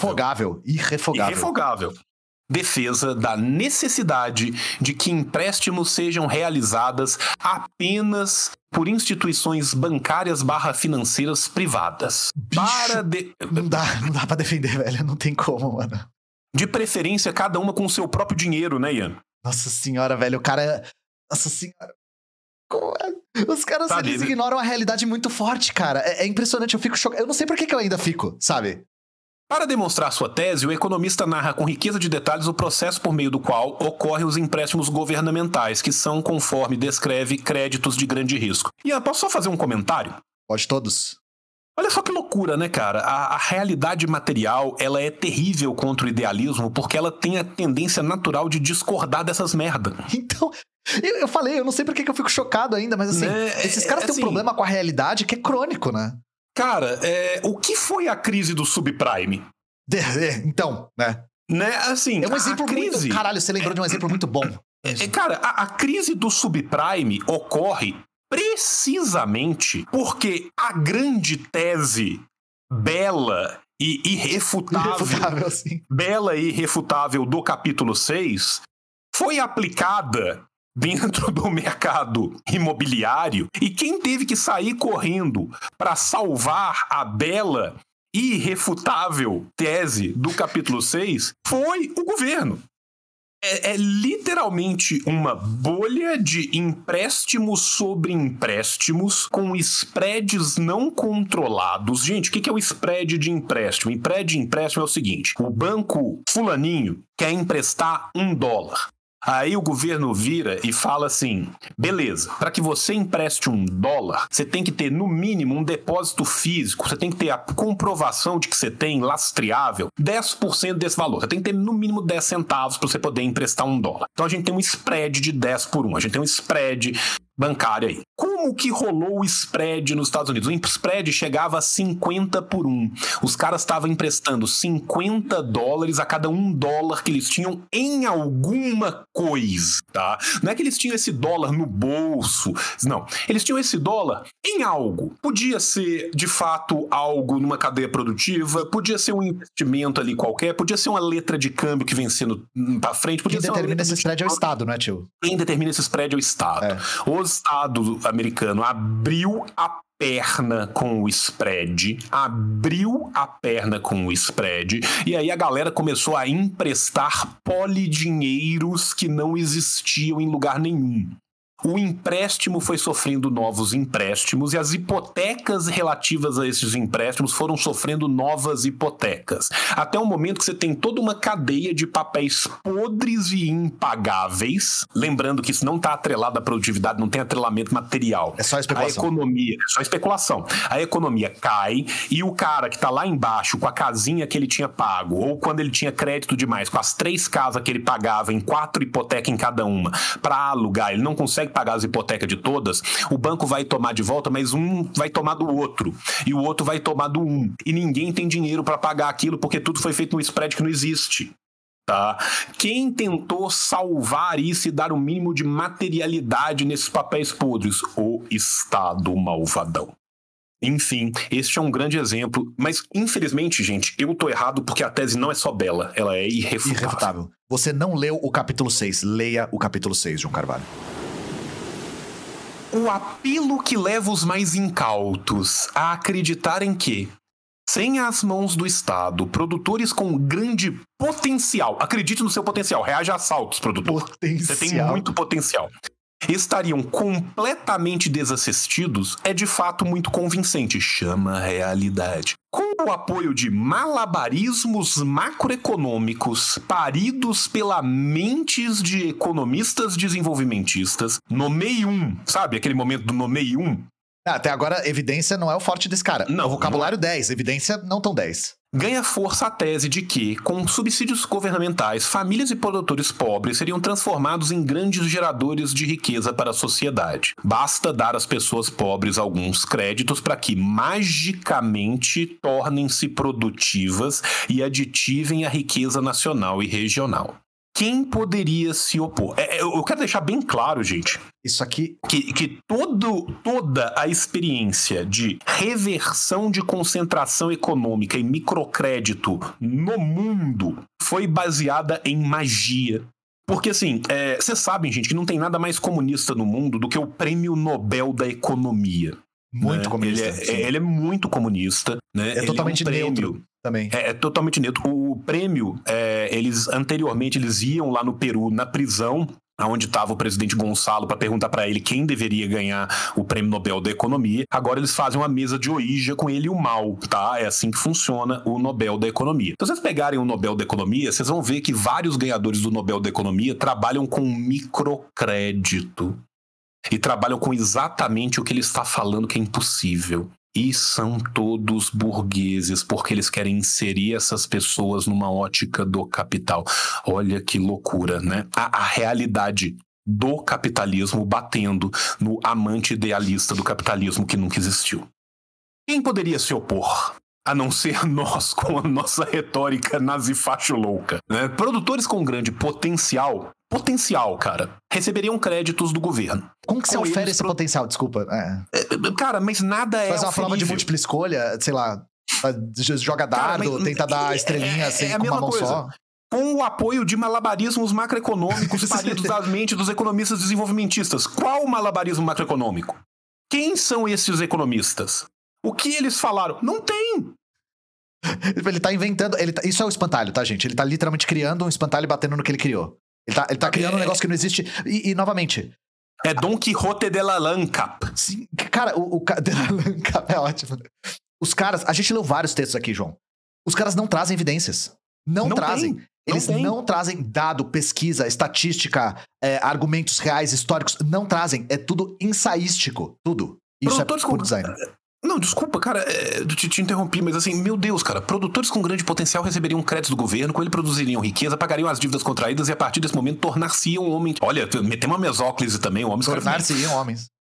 irrefogável defesa da necessidade de que empréstimos sejam realizadas apenas por instituições bancárias /financeiras privadas. Bicho, não dá pra defender, velho. Não tem como, mano. De preferência, cada uma com o seu próprio dinheiro, né, Ian? Nossa senhora, velho. O cara... Nossa senhora... Como é? Os caras, eles ignoram a realidade muito forte, cara. É impressionante, eu fico chocado. Eu não sei por que eu ainda fico, sabe? Para demonstrar sua tese, o economista narra com riqueza de detalhes o processo por meio do qual ocorrem os empréstimos governamentais, que são, conforme descreve, créditos de grande risco. Ian, posso só fazer um comentário? Pode todos. Olha só que loucura, né, cara? A realidade material, ela é terrível contra o idealismo porque ela tem a tendência natural de discordar dessas merda. Então, eu falei, eu não sei por que eu fico chocado ainda, mas assim, esses caras têm um problema com a realidade que é crônico, né? Cara, o que foi a crise do subprime? Então, né? Assim, é um exemplo muito... Caralho, você lembrou de um exemplo muito bom. Cara, a crise do subprime ocorre precisamente porque a grande tese bela e irrefutável, bela e irrefutável do capítulo 6 foi aplicada dentro do mercado imobiliário, e quem teve que sair correndo para salvar a bela e irrefutável tese do capítulo 6 foi o governo. É literalmente uma bolha de empréstimos sobre empréstimos com spreads não controlados. Gente, o que é o spread de empréstimo? O spread de empréstimo é o seguinte: o banco fulaninho quer emprestar $1. Aí o governo vira e fala assim, beleza, para que você empreste $1, você tem que ter no mínimo um depósito físico, você tem que ter a comprovação de que você tem lastreável 10% desse valor, você tem que ter no mínimo 10 centavos para você poder emprestar $1. Então a gente tem um spread de 10 por 1, a gente tem um spread bancário aí. Como Como que rolou o spread nos Estados Unidos? O spread chegava a 50-1. Os caras estavam emprestando $50 a cada $1 que eles tinham em alguma coisa, tá? Não é que eles tinham esse dólar no bolso, não. Eles tinham esse dólar em algo. Podia ser, de fato, algo numa cadeia produtiva, podia ser um investimento ali qualquer, podia ser uma letra de câmbio que vem sendo pra frente. Quem determina esse spread é o Estado, não é, tio? Quem determina esse spread é o Estado. O Estado americano abriu a perna com o spread, e aí a galera começou a emprestar polidinheiros que não existiam em lugar nenhum. O empréstimo foi sofrendo novos empréstimos e as hipotecas relativas a esses empréstimos foram sofrendo novas hipotecas. Até o momento que você tem toda uma cadeia de papéis podres e impagáveis. Lembrando que isso não está atrelado à produtividade, não tem atrelamento material. É só especulação. A economia, é só especulação. A economia cai e o cara que está lá embaixo com a casinha que ele tinha pago, ou quando ele tinha crédito demais, com as 3 casas que ele pagava em 4 hipotecas em cada uma, para alugar, ele não consegue pagar as hipotecas de todas, o banco vai tomar de volta, mas um vai tomar do outro, e o outro vai tomar do um, e ninguém tem dinheiro para pagar aquilo, porque tudo foi feito num spread que não existe. Tá? Quem tentou salvar isso e dar o mínimo de materialidade nesses papéis podres? O Estado malvadão. Enfim, este é um grande exemplo, mas infelizmente, gente, eu tô errado porque a tese não é só bela, ela é irrefutável. Você não leu o capítulo 6, leia o capítulo 6, João Carvalho. O apelo que leva os mais incautos a acreditarem que, sem as mãos do Estado, produtores com grande potencial, acredite no seu potencial, reaja a assaltos, produtor. Você tem muito potencial. Estariam completamente desassistidos é de fato muito convincente. Chama a realidade. Com o apoio de malabarismos macroeconômicos paridos pela mentes de economistas desenvolvimentistas, nomei um, sabe aquele momento do nomei um? Até agora, evidência não é o forte desse cara. Não, o vocabulário 10, evidência não tão 10. Ganha força a tese de que, com subsídios governamentais, famílias e produtores pobres seriam transformados em grandes geradores de riqueza para a sociedade. Basta dar às pessoas pobres alguns créditos para que, magicamente, tornem-se produtivas e aditivem a riqueza nacional e regional. Quem poderia se opor? Eu quero deixar bem claro, gente. Isso aqui... Que toda a experiência de reversão de concentração econômica e microcrédito no mundo foi baseada em magia. Porque, assim, vocês sabem, gente, que não tem nada mais comunista no mundo do que o Prêmio Nobel da Economia. Muito comunista. Ele é muito comunista, né? É totalmente neutro também. É totalmente neutro. O prêmio, anteriormente, eles iam lá no Peru, na prisão, onde estava o presidente Gonçalo, para perguntar para ele quem deveria ganhar o Prêmio Nobel da Economia. Agora eles fazem uma mesa de Ouija com ele e o Mao, tá? É assim que funciona o Nobel da Economia. Se vocês pegarem o Nobel da Economia, vocês vão ver que vários ganhadores do Nobel da Economia trabalham com microcrédito. E trabalham com exatamente o que ele está falando que é impossível. E são todos burgueses, porque eles querem inserir essas pessoas numa ótica do capital. Olha que loucura, né? A realidade do capitalismo batendo no amante idealista do capitalismo que nunca existiu. Quem poderia se opor? A não ser nós, com a nossa retórica nazifacho louca, né? Produtores com grande potencial, cara, receberiam créditos do governo. Como que você oferece esse potencial? Desculpa. Cara, mas nada é Faz uma prova de múltipla escolha, sei lá, joga dardo, tenta dar estrelinha assim com uma mão só. Com o apoio de malabarismos macroeconômicos paridos das mentes dos economistas desenvolvimentistas. Qual malabarismo macroeconômico? Quem são esses economistas? O que eles falaram? Não tem! Ele tá inventando... Isso é o espantalho, tá, gente? Ele tá literalmente criando um espantalho e batendo no que ele criou. Ele tá criando um negócio que não existe. E novamente... É Don Quixote de la Lancap. Sim, cara, o de la Lancap é ótimo. Os caras... A gente leu vários textos aqui, João. Os caras não trazem evidências. Não trazem. Eles não trazem dado, pesquisa, estatística, argumentos reais, históricos. Não trazem. É tudo ensaístico. Tudo. Isso é por design. Não, desculpa, cara, te interrompi, mas assim, meu Deus, cara, produtores com grande potencial receberiam créditos do governo, com ele produziriam riqueza, pagariam as dívidas contraídas e a partir desse momento tornar-se-iam homens. Olha, metemos uma mesóclise também, homens. Tornar-se-iam homens.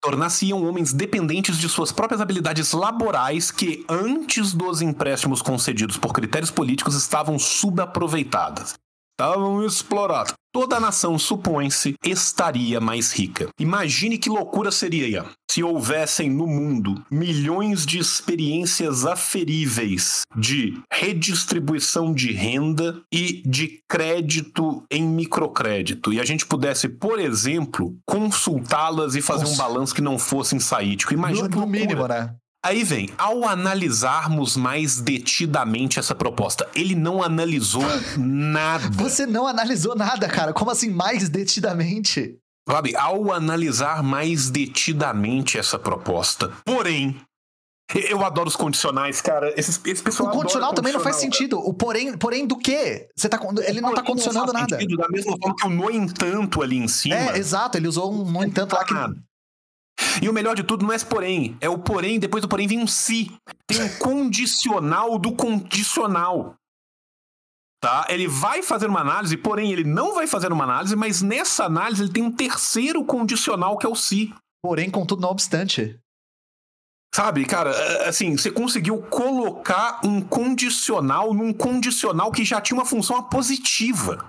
tornar-se-iam homens dependentes de suas próprias habilidades laborais que, antes dos empréstimos concedidos por critérios políticos, estavam subaproveitadas. Estavam exploradas. Toda a nação, supõe-se, estaria mais rica. Imagine que loucura seria se houvessem no mundo milhões de experiências aferíveis de redistribuição de renda e de crédito em microcrédito. E a gente pudesse, por exemplo, consultá-las e fazer um balanço que não fosse insaítico. Imagina que loucura. No mínimo, né? Aí vem, ao analisarmos mais detidamente essa proposta, ele não analisou nada. Você não analisou nada, cara. Como assim, mais detidamente? Sabe, ao analisar mais detidamente essa proposta, porém, eu adoro os condicionais, cara. Esse pessoal o condicional também não faz sentido. O porém do quê? Ele não tá condicionando nada. Sentido, da mesma forma que o no entanto ali em cima. É, exato. Ele usou um no entanto lá que... E o melhor de tudo não é esse porém. É o porém, depois do porém vem um se. Tem um condicional do condicional. Tá? Ele vai fazer uma análise, porém ele não vai fazer uma análise, mas nessa análise ele tem um terceiro condicional que é o se. Porém, contudo, não obstante. Sabe, cara, assim, você conseguiu colocar um condicional num condicional que já tinha uma função apositiva.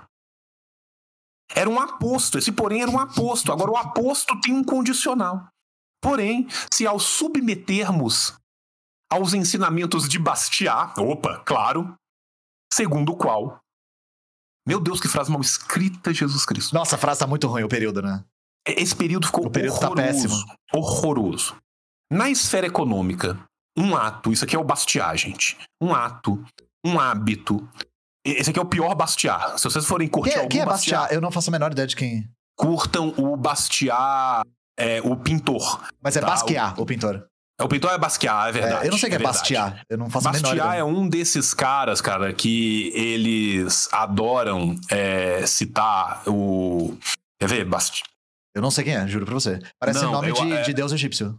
Era um aposto, esse porém era um aposto. Agora o aposto tem um condicional. Porém, se ao submetermos aos ensinamentos de Bastiat, claro, segundo o qual, meu Deus, que frase mal escrita, Jesus Cristo. Nossa, a frase tá muito ruim, o período, né? Esse período ficou horroroso. Tá péssimo. Horroroso. Na esfera econômica, um ato, isso aqui é o Bastiat, gente. Um ato, um hábito. Esse aqui é o pior Bastiat. Se vocês forem curtir algum quem é Bastiat? Eu não faço a menor ideia de quem. Curtam o Bastiat, o pintor. Mas é tá? Basquiat, o pintor. O pintor é Basquiat, é verdade. Eu não sei o que é Bastiat. Eu não faço a menor ideia. Bastiat é um desses caras, cara, que eles adoram citar o... Quer ver? Eu não sei quem é, juro pra você. Parece nome de deus egípcio.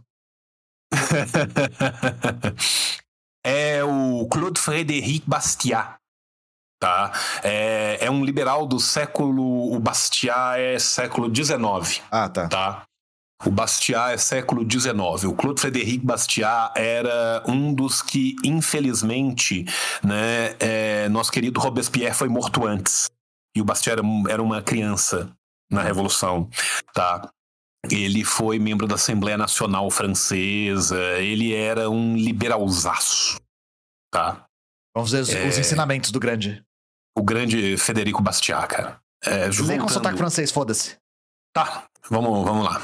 É o Claude Frédéric Bastiat. Tá? É um liberal do século... O Bastiat é século XIX. Ah, tá. O Bastiat é século XIX. O Claude Frédéric Bastiat era um dos que, infelizmente, né, nosso querido Robespierre foi morto antes. E o Bastiat era uma criança na Revolução. Tá? Ele foi membro da Assembleia Nacional Francesa. Ele era um liberalzaço. Tá? Vamos ver os ensinamentos do grande. O grande Federico Bastiat, cara. Vem com sotaque francês, foda-se. Tá, vamos lá.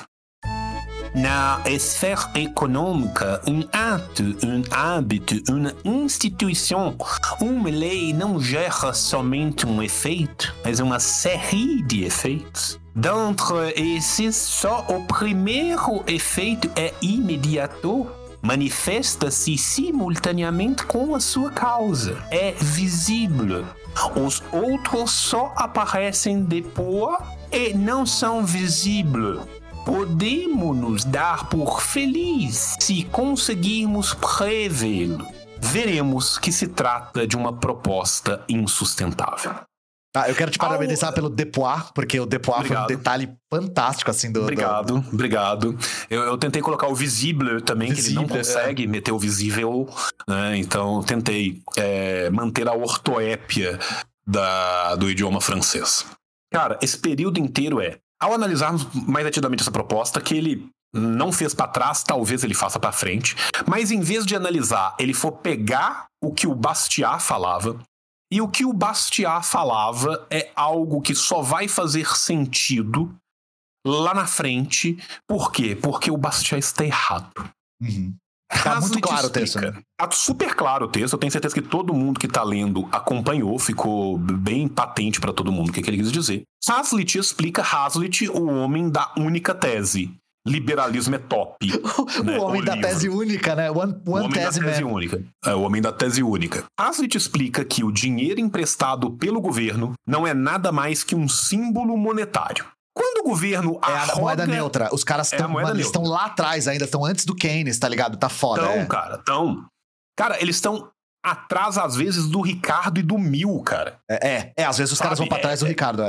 Na esfera econômica, um ato, um hábito, uma instituição, uma lei não gera somente um efeito, mas uma série de efeitos. Dentre esses, só o primeiro efeito é imediato. Manifesta-se simultaneamente com a sua causa. É visível. Os outros só aparecem depois e não são visíveis. Podemos nos dar por felizes se conseguirmos prevê-lo. Veremos que se trata de uma proposta insustentável. Tá, eu quero te parabenizar pelo Depois, porque o Depois foi um detalhe fantástico, assim, do... Obrigado. Eu tentei colocar o visível também, que ele não consegue meter o visível, né? Então eu tentei manter a ortoépia do idioma francês. Cara, esse período inteiro ao analisarmos mais atentamente essa proposta, que ele não fez para trás, talvez ele faça para frente, mas em vez de analisar, ele for pegar o que o Bastiat falava. E o que o Bastiat falava é algo que só vai fazer sentido lá na frente. Por quê? Porque o Bastiat está errado. Uhum. Tá muito claro o texto, né? Tá super claro o texto. Eu tenho certeza que todo mundo que tá lendo acompanhou. Ficou bem patente para todo mundo o que ele quis dizer. Hazlitt explica Hazlitt, o homem da única tese. Liberalismo é top. O homem da tese única, né? One tese única. O homem da tese única. Hazlitt explica que o dinheiro emprestado pelo governo não é nada mais que um símbolo monetário. Quando o governo a moeda neutra. Os caras estão lá atrás ainda, estão antes do Keynes, tá ligado? Tá foda. Cara, eles estão atrás, às vezes, do Ricardo e do Mill, cara. Às vezes os caras vão pra trás do Ricardo,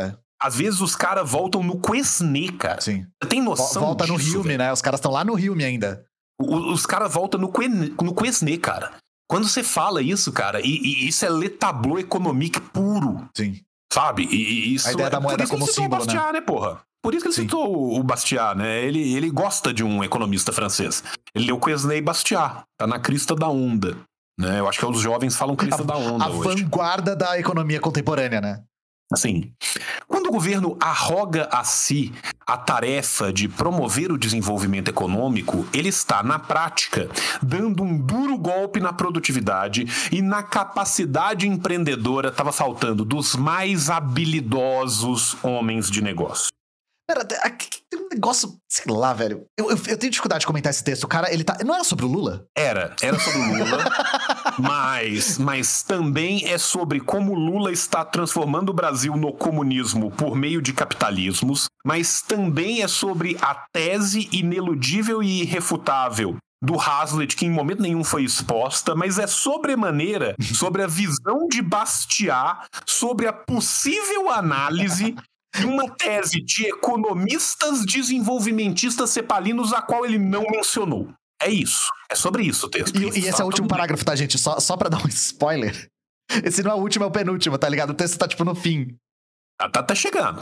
Às vezes os caras voltam no Quesnay, cara. Sim. Você tem noção Volta no disso, Hilme, velho? né? Os caras estão lá no Hilme ainda. Os caras voltam no Quesnay, cara. Quando você fala isso, cara, e isso é le tableau économique puro, Sim. sabe? E isso A ideia da moeda por isso como que ele citou símbolo, o Bastiat, né, porra? Por isso que ele Sim. citou o Bastiat, né? Ele gosta de um economista francês. Ele leu Quesnay e Bastiat. Tá na crista da onda, né? Eu acho que os jovens falam crista da onda A hoje. vanguarda da economia contemporânea, né? Assim, quando o governo arroga a si a tarefa de promover o desenvolvimento econômico, ele está, na prática, dando um duro golpe na produtividade e na capacidade empreendedora, estava faltando, dos mais habilidosos homens de negócio. Pera, aqui tem um negócio, sei lá, velho. Eu tenho dificuldade de comentar esse texto. O cara, ele tá... Não era sobre o Lula? Era sobre o Lula, mas também é sobre como o Lula está transformando o Brasil no comunismo por meio de capitalismos, mas também é sobre a tese ineludível e irrefutável do Hazlitt, que em momento nenhum foi exposta, mas é sobremaneira sobre a visão de Bastiat, sobre a possível análise de uma tese de economistas desenvolvimentistas cepalinos a qual ele não mencionou. É isso. É sobre isso o texto. E esse é o último parágrafo, tá, gente? Só pra dar um spoiler. Esse não é o último, é o penúltimo, tá ligado? O texto tá, tipo, no fim. Tá chegando.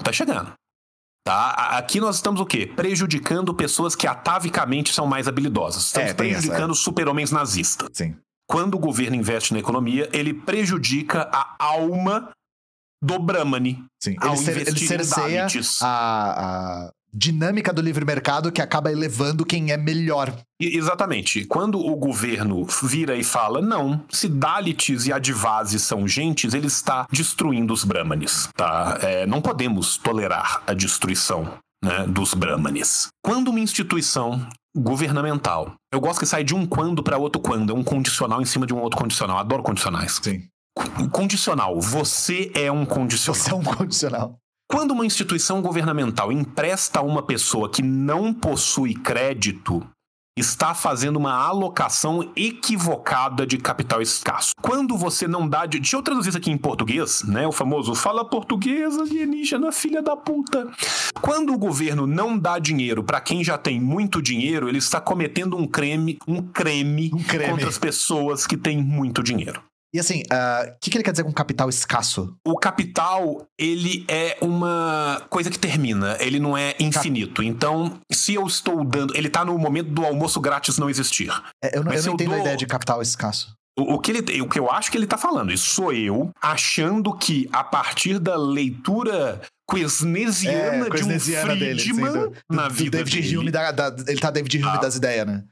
Tá? Aqui nós estamos o quê? Prejudicando pessoas que atavicamente são mais habilidosas. Estamos prejudicando super-homens nazistas. Sim. Quando o governo investe na economia, ele prejudica a alma do Brahmani. Sim. Ao Ele investir em cerceia Dalits. a dinâmica do livre mercado que acaba elevando quem é melhor. Exatamente. Quando o governo vira e fala, não, se Dalits e Adivasis são gentes, ele está destruindo os Brahmanes. Tá? Não podemos tolerar a destruição, né, dos Brahmanes. Quando uma instituição governamental, eu gosto que sai de um quando para outro quando, é um condicional em cima de um outro condicional. Adoro condicionais. Sim. Condicional. Você é um condicional. Você é um condicional. Quando uma instituição governamental empresta a uma pessoa que não possui crédito, está fazendo uma alocação equivocada de capital escasso. Quando você não dá... Deixa eu traduzir isso aqui em português, né? O famoso fala português, alienígena, filha da puta. Quando o governo não dá dinheiro para quem já tem muito dinheiro, ele está cometendo um crime contra as pessoas que têm muito dinheiro. E assim, o que ele quer dizer com capital escasso? O capital, ele é uma coisa que termina, ele não é infinito. Então, se eu estou dando... Ele tá no momento do almoço grátis não existir. Eu não entendo a ideia de capital escasso. O que eu acho que ele tá falando, isso sou eu achando que a partir da leitura quesnesiana de um Friedman na vida David dele... Hume ele tá David Hume das ideias, né?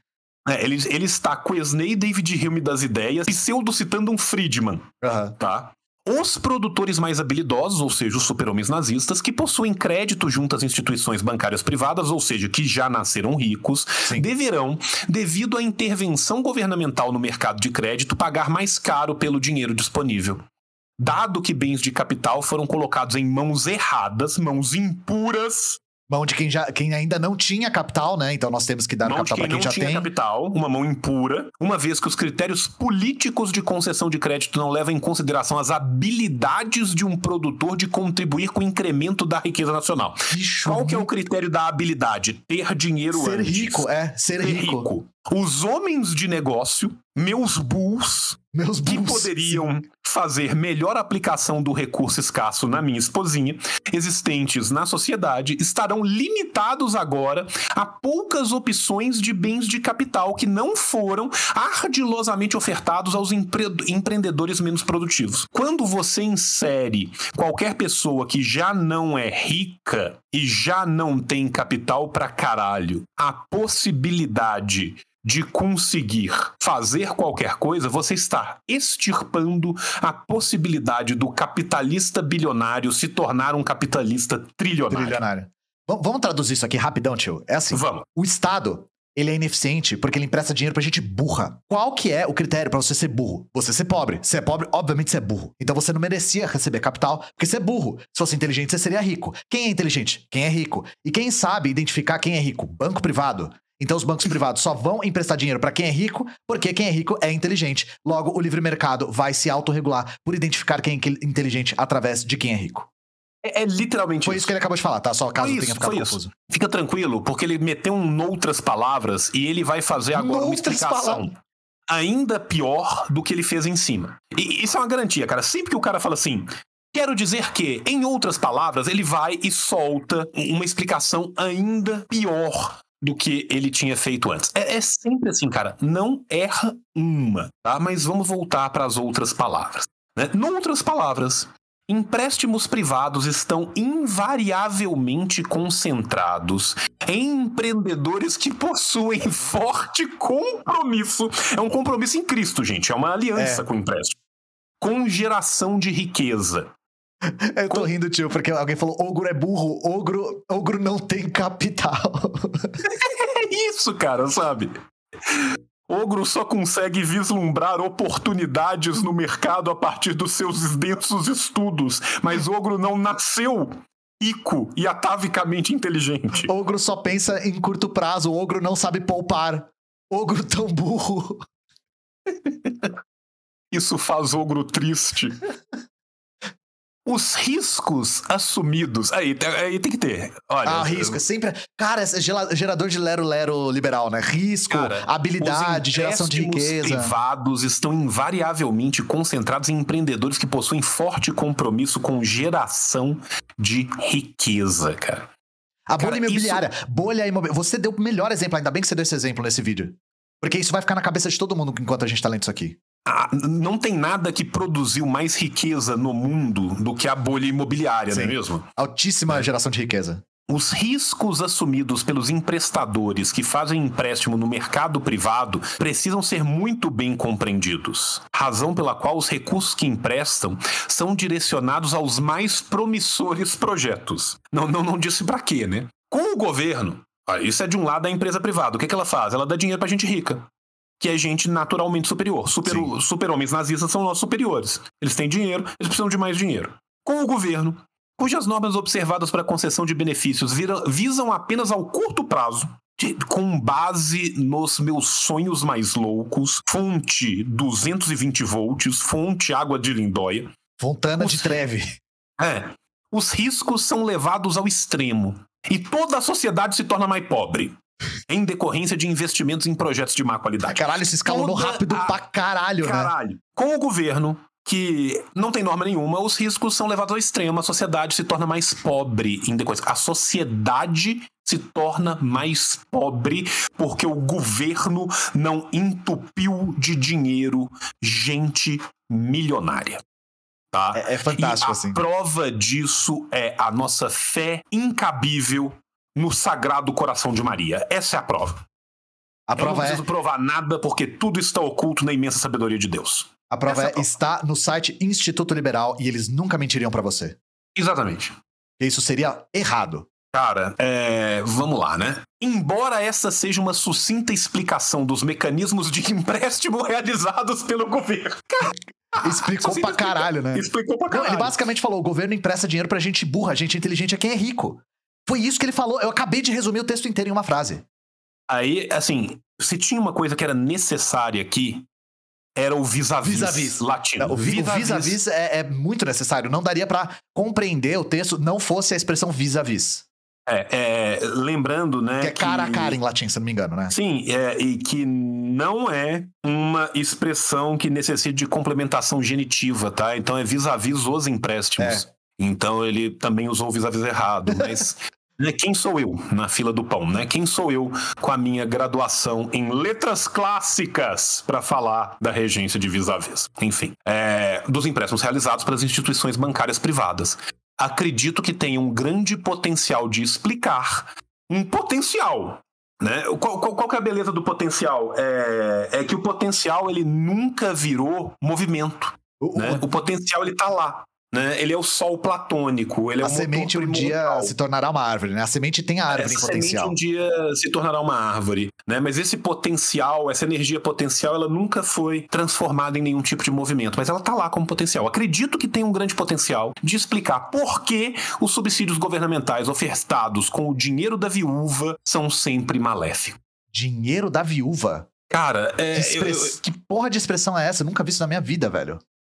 Ele está Quesnay e David Hume das ideias, pseudo-citando um Friedman, tá? Os produtores mais habilidosos, ou seja, os super-homens nazistas, que possuem crédito junto às instituições bancárias privadas, ou seja, que já nasceram ricos, deverão, devido à intervenção governamental no mercado de crédito, pagar mais caro pelo dinheiro disponível. Dado que bens de capital foram colocados em mãos erradas, mãos impuras... Mão de quem ainda não tinha capital, né? Então nós temos que dar capital para quem já tem. Mão de quem não tinha capital, uma mão impura, uma vez que os critérios políticos de concessão de crédito não levam em consideração as habilidades de um produtor de contribuir com o incremento da riqueza nacional. Qual que é o critério da habilidade? Ter dinheiro antes. Ser rico, ser rico. Os homens de negócio, meus bulls, que poderiam fazer melhor aplicação do recurso escasso na minha esposinha, existentes na sociedade, estarão limitados agora a poucas opções de bens de capital que não foram ardilosamente ofertados aos empreendedores menos produtivos. Quando você insere qualquer pessoa que já não é rica e já não tem capital pra caralho, a possibilidade de conseguir fazer qualquer coisa, você está extirpando a possibilidade do capitalista bilionário se tornar um capitalista trilionário. Vamos traduzir isso aqui rapidão, tio. É assim, vamos. O Estado, ele é ineficiente porque ele empresta dinheiro pra gente burra. Qual que é o critério pra você ser burro? Você ser pobre. Se é pobre, obviamente você é burro. Então você não merecia receber capital porque você é burro. Se fosse inteligente, você seria rico. Quem é inteligente? Quem é rico. E quem sabe identificar quem é rico? Banco privado. Então os bancos privados só vão emprestar dinheiro para quem é rico, porque quem é rico é inteligente. Logo, o livre mercado vai se autorregular por identificar quem é inteligente através de quem é rico. É literalmente Foi isso que ele acabou de falar, tá? Só caso tenha ficado foi confuso. isso. Fica tranquilo, porque ele meteu um noutras palavras e ele vai fazer agora uma explicação ainda pior do que ele fez em cima. E isso é uma garantia, cara. Sempre que o cara fala assim, quero dizer que, em outras palavras, ele vai e solta uma explicação ainda pior do que ele tinha feito antes. É sempre assim, cara. Não erra uma, tá? Mas vamos voltar para as outras palavras. Né? Noutras palavras, empréstimos privados estão invariavelmente concentrados em empreendedores que possuem forte compromisso. É um compromisso em Cristo, gente. É uma aliança com o empréstimo. Com geração de riqueza. Eu tô rindo, tio, porque alguém falou ogro é burro, ogro não tem capital. É isso, cara, sabe? Ogro só consegue vislumbrar oportunidades no mercado a partir dos seus densos estudos, mas ogro não nasceu rico e atavicamente inteligente. Ogro só pensa em curto prazo, ogro não sabe poupar. Ogro tão burro. Isso faz ogro triste. Os riscos assumidos. Aí tem que ter. Olha, risco. É sempre. Cara, é gerador de lero-lero liberal, né? Risco, cara, habilidade, geração de riqueza. Os privados estão invariavelmente concentrados em empreendedores que possuem forte compromisso com geração de riqueza, cara. A bolha imobiliária. Bolha imobiliária. Você deu o melhor exemplo, ainda bem que você deu esse exemplo nesse vídeo. Porque isso vai ficar na cabeça de todo mundo enquanto a gente tá lendo isso aqui. Não tem nada que produziu mais riqueza no mundo do que a bolha imobiliária, não é mesmo? Altíssima geração de riqueza. Os riscos assumidos pelos emprestadores que fazem empréstimo no mercado privado precisam ser muito bem compreendidos. Razão pela qual os recursos que emprestam são direcionados aos mais promissores projetos. Não disse pra quê, né? Com o governo, isso é de um lado da empresa privada. O que ela faz? Ela dá dinheiro pra gente rica. Que é gente naturalmente superior. Super-homens nazistas são nossos superiores. Eles têm dinheiro, eles precisam de mais dinheiro. Com o governo, cujas normas observadas para concessão de benefícios visam apenas ao curto prazo, com base nos meus sonhos mais loucos, fonte 220 volts, fonte água de Lindóia. Fontana de Trevi. Os riscos são levados ao extremo e toda a sociedade se torna mais pobre. Em decorrência de investimentos em projetos de má qualidade. Caralho, isso escalonou rápido pra caralho, né? Com o governo, que não tem norma nenhuma, os riscos são levados ao extremo. A sociedade se torna mais pobre em decorrência. A sociedade se torna mais pobre porque o governo não entupiu de dinheiro gente milionária. Tá? É fantástico, assim. A prova disso é a nossa fé incabível no Sagrado Coração de Maria. Essa é a prova. Eu não preciso provar nada porque tudo está oculto na imensa sabedoria de Deus. A prova está no site Instituto Liberal e eles nunca mentiriam pra você. Exatamente. Isso seria errado. Cara, vamos lá, né? Embora essa seja uma sucinta explicação dos mecanismos de empréstimo realizados pelo governo. Explicou pra caralho, né? Explicou pra caralho. Não, ele basicamente falou, o governo empresta dinheiro pra gente burra, gente inteligente é quem é rico. Foi isso que ele falou. Eu acabei de resumir o texto inteiro em uma frase. Aí, assim, se tinha uma coisa que era necessária aqui, era o vis-a-vis latino. O vis-a-vis é muito necessário. Não daria pra compreender o texto não fosse a expressão vis-a-vis. Lembrando, né? Que é cara a cara em latim, se não me engano, né? Sim, e que não é uma expressão que necessite de complementação genitiva, tá? Então é vis-a-vis os empréstimos. Então ele também usou o vis-a-vis errado, mas quem sou eu na fila do pão, né? Quem sou eu com a minha graduação em letras clássicas para falar da regência de vis-a-vis? Enfim, dos empréstimos realizados pelas instituições bancárias privadas. Acredito que tem um grande potencial de explicar um potencial, né? Qual que é a beleza do potencial? É que o potencial ele nunca virou movimento, né? O potencial ele tá lá. Né? Ele é o sol platônico, ele é a semente um dia se tornará uma árvore, né? A semente tem a árvore em potencial. A semente um dia se tornará uma árvore, né? Mas esse potencial, essa energia potencial, ela nunca foi transformada em nenhum tipo de movimento, mas ela tá lá como potencial. Acredito que tem um grande potencial de explicar por que os subsídios governamentais ofertados com o dinheiro da viúva são sempre maléficos. Dinheiro da viúva? Cara, que porra de expressão é essa? Eu nunca vi isso na minha vida, velho.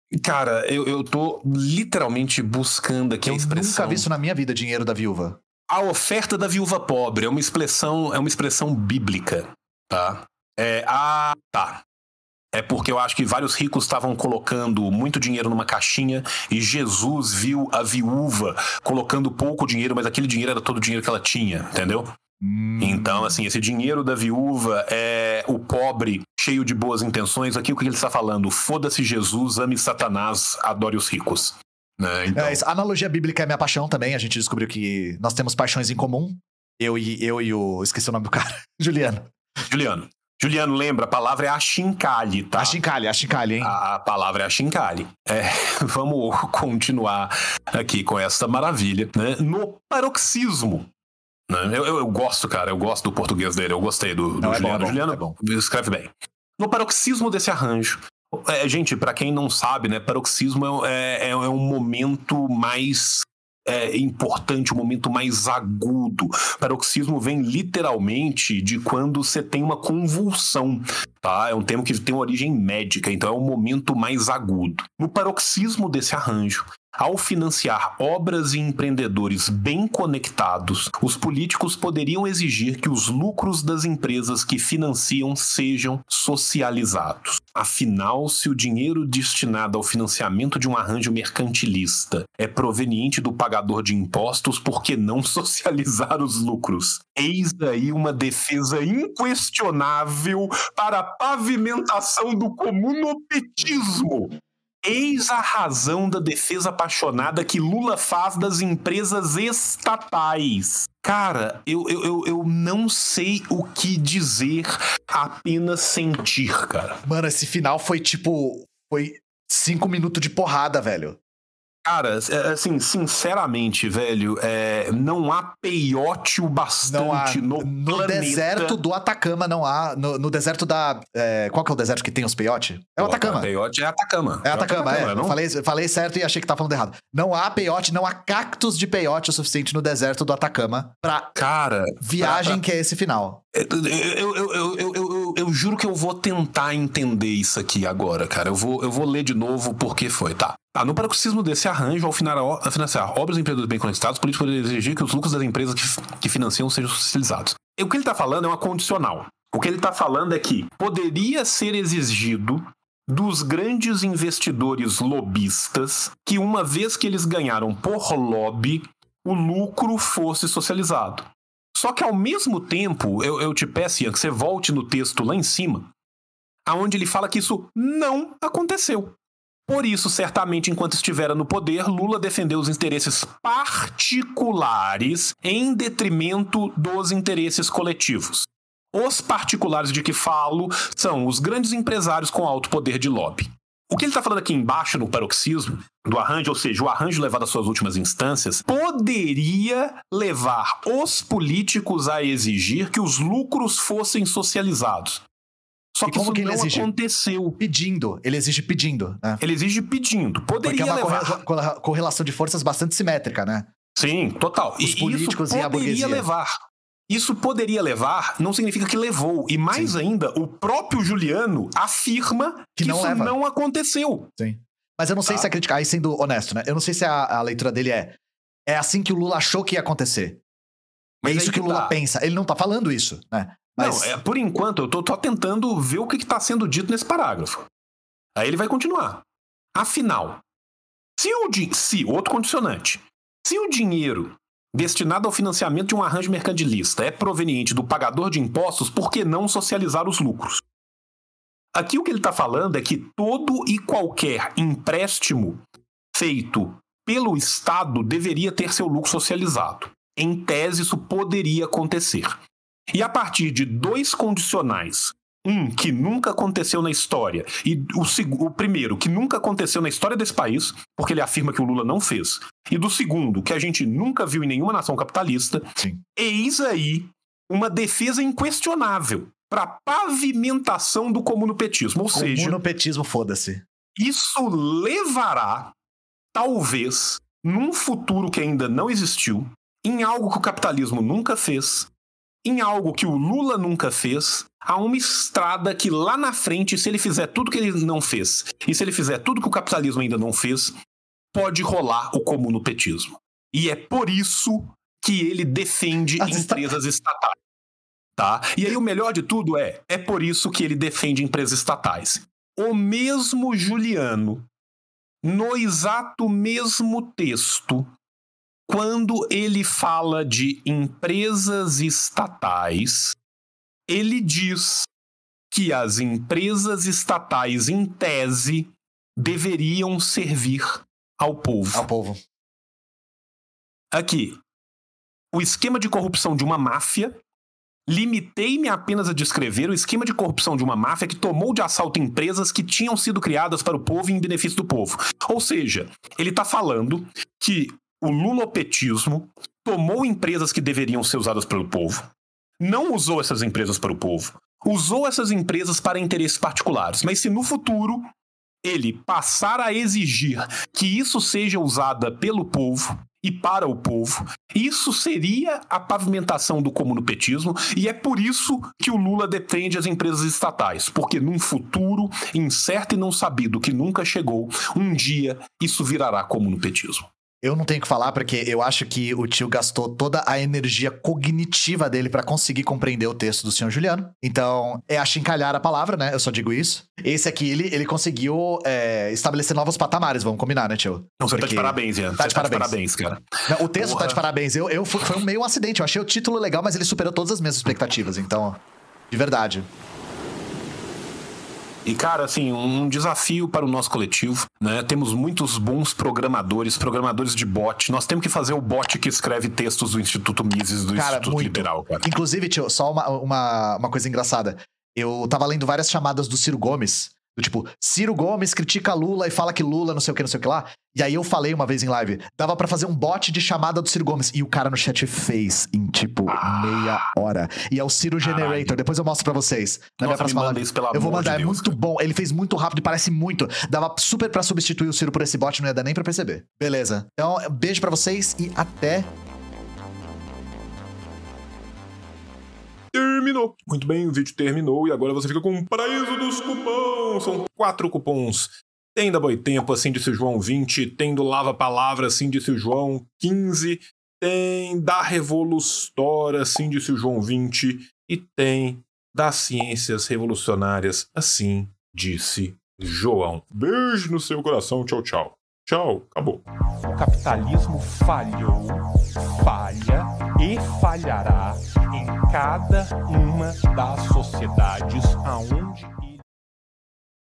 Cara, eu tô literalmente buscando aqui a expressão. Eu nunca vi isso na minha vida, dinheiro da viúva. A oferta da viúva pobre é uma expressão bíblica, tá? Tá. É porque eu acho que vários ricos estavam colocando muito dinheiro numa caixinha e Jesus viu a viúva colocando pouco dinheiro, mas aquele dinheiro era todo o dinheiro que ela tinha, entendeu? Então, assim, esse dinheiro da viúva é o pobre cheio de boas intenções. Aqui o que ele está falando? Foda-se Jesus, ame Satanás, adore os ricos. Né? Então... a analogia bíblica é minha paixão também. A gente descobriu que nós temos paixões em comum. Eu e o... Esqueci o nome do cara. Juliano, lembra, a palavra é achincalhe, tá? Achincalhe, hein? A palavra é achincalhe. Vamos continuar aqui com essa maravilha, né? No paroxismo. Né? Eu gosto, cara, eu gosto do português dele, eu gostei do Juliano. Juliano escreve bem. No paroxismo desse arranjo, gente, pra quem não sabe, né, paroxismo é um momento mais... importante, um momento mais agudo. Paroxismo vem literalmente de quando você tem uma convulsão, tá? É um termo que tem origem médica, então é um momento mais agudo. No paroxismo desse arranjo, ao financiar obras e empreendedores bem conectados, os políticos poderiam exigir que os lucros das empresas que financiam sejam socializados. Afinal, se o dinheiro destinado ao financiamento de um arranjo mercantilista é proveniente do pagador de impostos, por que não socializar os lucros? Eis aí uma defesa inquestionável para a pavimentação do comunopetismo. Eis a razão da defesa apaixonada que Lula faz das empresas estatais. Cara, eu não sei o que dizer, apenas sentir, cara. Mano, esse final foi 5 minutos de porrada, velho. Cara, assim, sinceramente, velho, não há peiote o bastante no planeta. Deserto do Atacama não há. No deserto da... qual que é o deserto que tem os peiote? É o Atacama. O peiote é Atacama. É Atacama, não? Falei certo e achei que tava falando errado. Não há peiote, não há cactos de peiote o suficiente no deserto do Atacama pra viagem que é esse final. Eu juro que eu vou tentar entender isso aqui agora, cara. Eu vou ler de novo porque foi, tá? No paroxismo desse arranjo, ao financiar obras e empreendedores bem conectados, os políticos poderiam exigir que os lucros das empresas que financiam sejam socializados. O que ele está falando é uma condicional. O que ele está falando é que poderia ser exigido dos grandes investidores lobistas que, uma vez que eles ganharam por lobby, o lucro fosse socializado. Só que, ao mesmo tempo, eu te peço, Ian, que você volte no texto lá em cima, aonde ele fala que isso não aconteceu. Por isso, certamente, enquanto estivera no poder, Lula defendeu os interesses particulares em detrimento dos interesses coletivos. Os particulares de que falo são os grandes empresários com alto poder de lobby. O que ele está falando aqui embaixo no paroxismo do arranjo, ou seja, o arranjo levado às suas últimas instâncias, poderia levar os políticos a exigir que os lucros fossem socializados. Só que isso não aconteceu. Ele exige pedindo, né? Ele exige pedindo. Poderia levar. Porque é uma correlação de forças bastante simétrica, né? Sim, total. Os políticos e a burguesia. Isso poderia levar, não significa que levou. E mais ainda, o próprio Juliano afirma que isso não aconteceu. Sim. Mas eu não sei se a crítica, aí sendo honesto, né? Eu não sei se a leitura dele é assim que o Lula achou que ia acontecer. Mas é isso que o Lula pensa. Ele não tá falando isso, né? Mas... Não, por enquanto, eu tô tentando ver o que tá sendo dito nesse parágrafo. Aí ele vai continuar. Afinal, outro condicionante, se o dinheiro destinado ao financiamento de um arranjo mercantilista é proveniente do pagador de impostos, por que não socializar os lucros? Aqui o que ele está falando é que todo e qualquer empréstimo feito pelo Estado deveria ter seu lucro socializado. Em tese, isso poderia acontecer. E a partir de dois condicionais, um que nunca aconteceu na história, e o primeiro que nunca aconteceu na história desse país, porque ele afirma que o Lula não fez, e do segundo, que a gente nunca viu em nenhuma nação capitalista, eis aí uma defesa inquestionável para pavimentação do comunopetismo. Ou seja, comunopetismo, foda-se. Isso levará, talvez, num futuro que ainda não existiu, em algo que o capitalismo nunca fez, em algo que o Lula nunca fez, há uma estrada que lá na frente, se ele fizer tudo que ele não fez, e se ele fizer tudo que o capitalismo ainda não fez, pode rolar o comunopetismo. E é por isso que ele defende empresas estatais. Tá? E aí o melhor de tudo é por isso que ele defende empresas estatais. O mesmo Juliano, no exato mesmo texto, quando ele fala de empresas estatais, ele diz que as empresas estatais, em tese, deveriam servir ao povo. Ao povo. Aqui, o esquema de corrupção de uma máfia. Limitei-me apenas a descrever o esquema de corrupção de uma máfia que tomou de assalto empresas que tinham sido criadas para o povo e em benefício do povo. Ou seja, ele está falando que o lulopetismo tomou empresas que deveriam ser usadas pelo povo, não usou essas empresas para o povo, usou essas empresas para interesses particulares. Mas se no futuro ele passar a exigir que isso seja usada pelo povo e para o povo, isso seria a pavimentação do comunopetismo, e é por isso que o Lula defende as empresas estatais, porque num futuro incerto e não sabido que nunca chegou, um dia isso virará comunopetismo. Eu não tenho o que falar, porque eu acho que o tio gastou toda a energia cognitiva dele pra conseguir compreender o texto do senhor Juliano. Então, é achincalhar a palavra, né? Eu só digo isso. Esse aqui, ele conseguiu estabelecer novos patamares, vamos combinar, né, tio? Não, você tá de parabéns, Ian. Tá de parabéns, cara. Não, o texto tá de parabéns. Foi meio um acidente. Eu achei o título legal, mas ele superou todas as minhas expectativas. Então, de verdade. E, cara, assim, um desafio para o nosso coletivo, né? Temos muitos bons programadores de bot. Nós temos que fazer o bot que escreve textos do Instituto Mises, do Instituto Liberal, cara. Inclusive, tio, só uma coisa engraçada. Eu tava lendo várias chamadas do Ciro Gomes, do tipo, Ciro Gomes critica Lula e fala que Lula não sei o que lá. E aí eu falei uma vez em live, dava pra fazer um bot de chamada do Ciro Gomes. E o cara no chat fez em, tipo, meia hora. E é o Ciro Generator. Depois eu mostro pra vocês. Na minha próxima live. Eu vou mandar, é muito bom. Ele fez muito rápido e parece muito. Dava super pra substituir o Ciro por esse bot, não ia dar nem pra perceber. Beleza. Então, beijo pra vocês e até... Terminou. Muito bem, o vídeo terminou e agora você fica com o paraíso dos cupons. São 4 cupons. Tem da Boitempo, assim disse o João, 20. Tem do Lava Palavra, assim disse o João, 15. Tem da Revolustora, assim disse o João, 20. E tem das Ciências Revolucionárias, assim disse João. Beijo no seu coração. Tchau, tchau. Tchau, acabou. O capitalismo falhou, falha e falhará em cada uma das sociedades aonde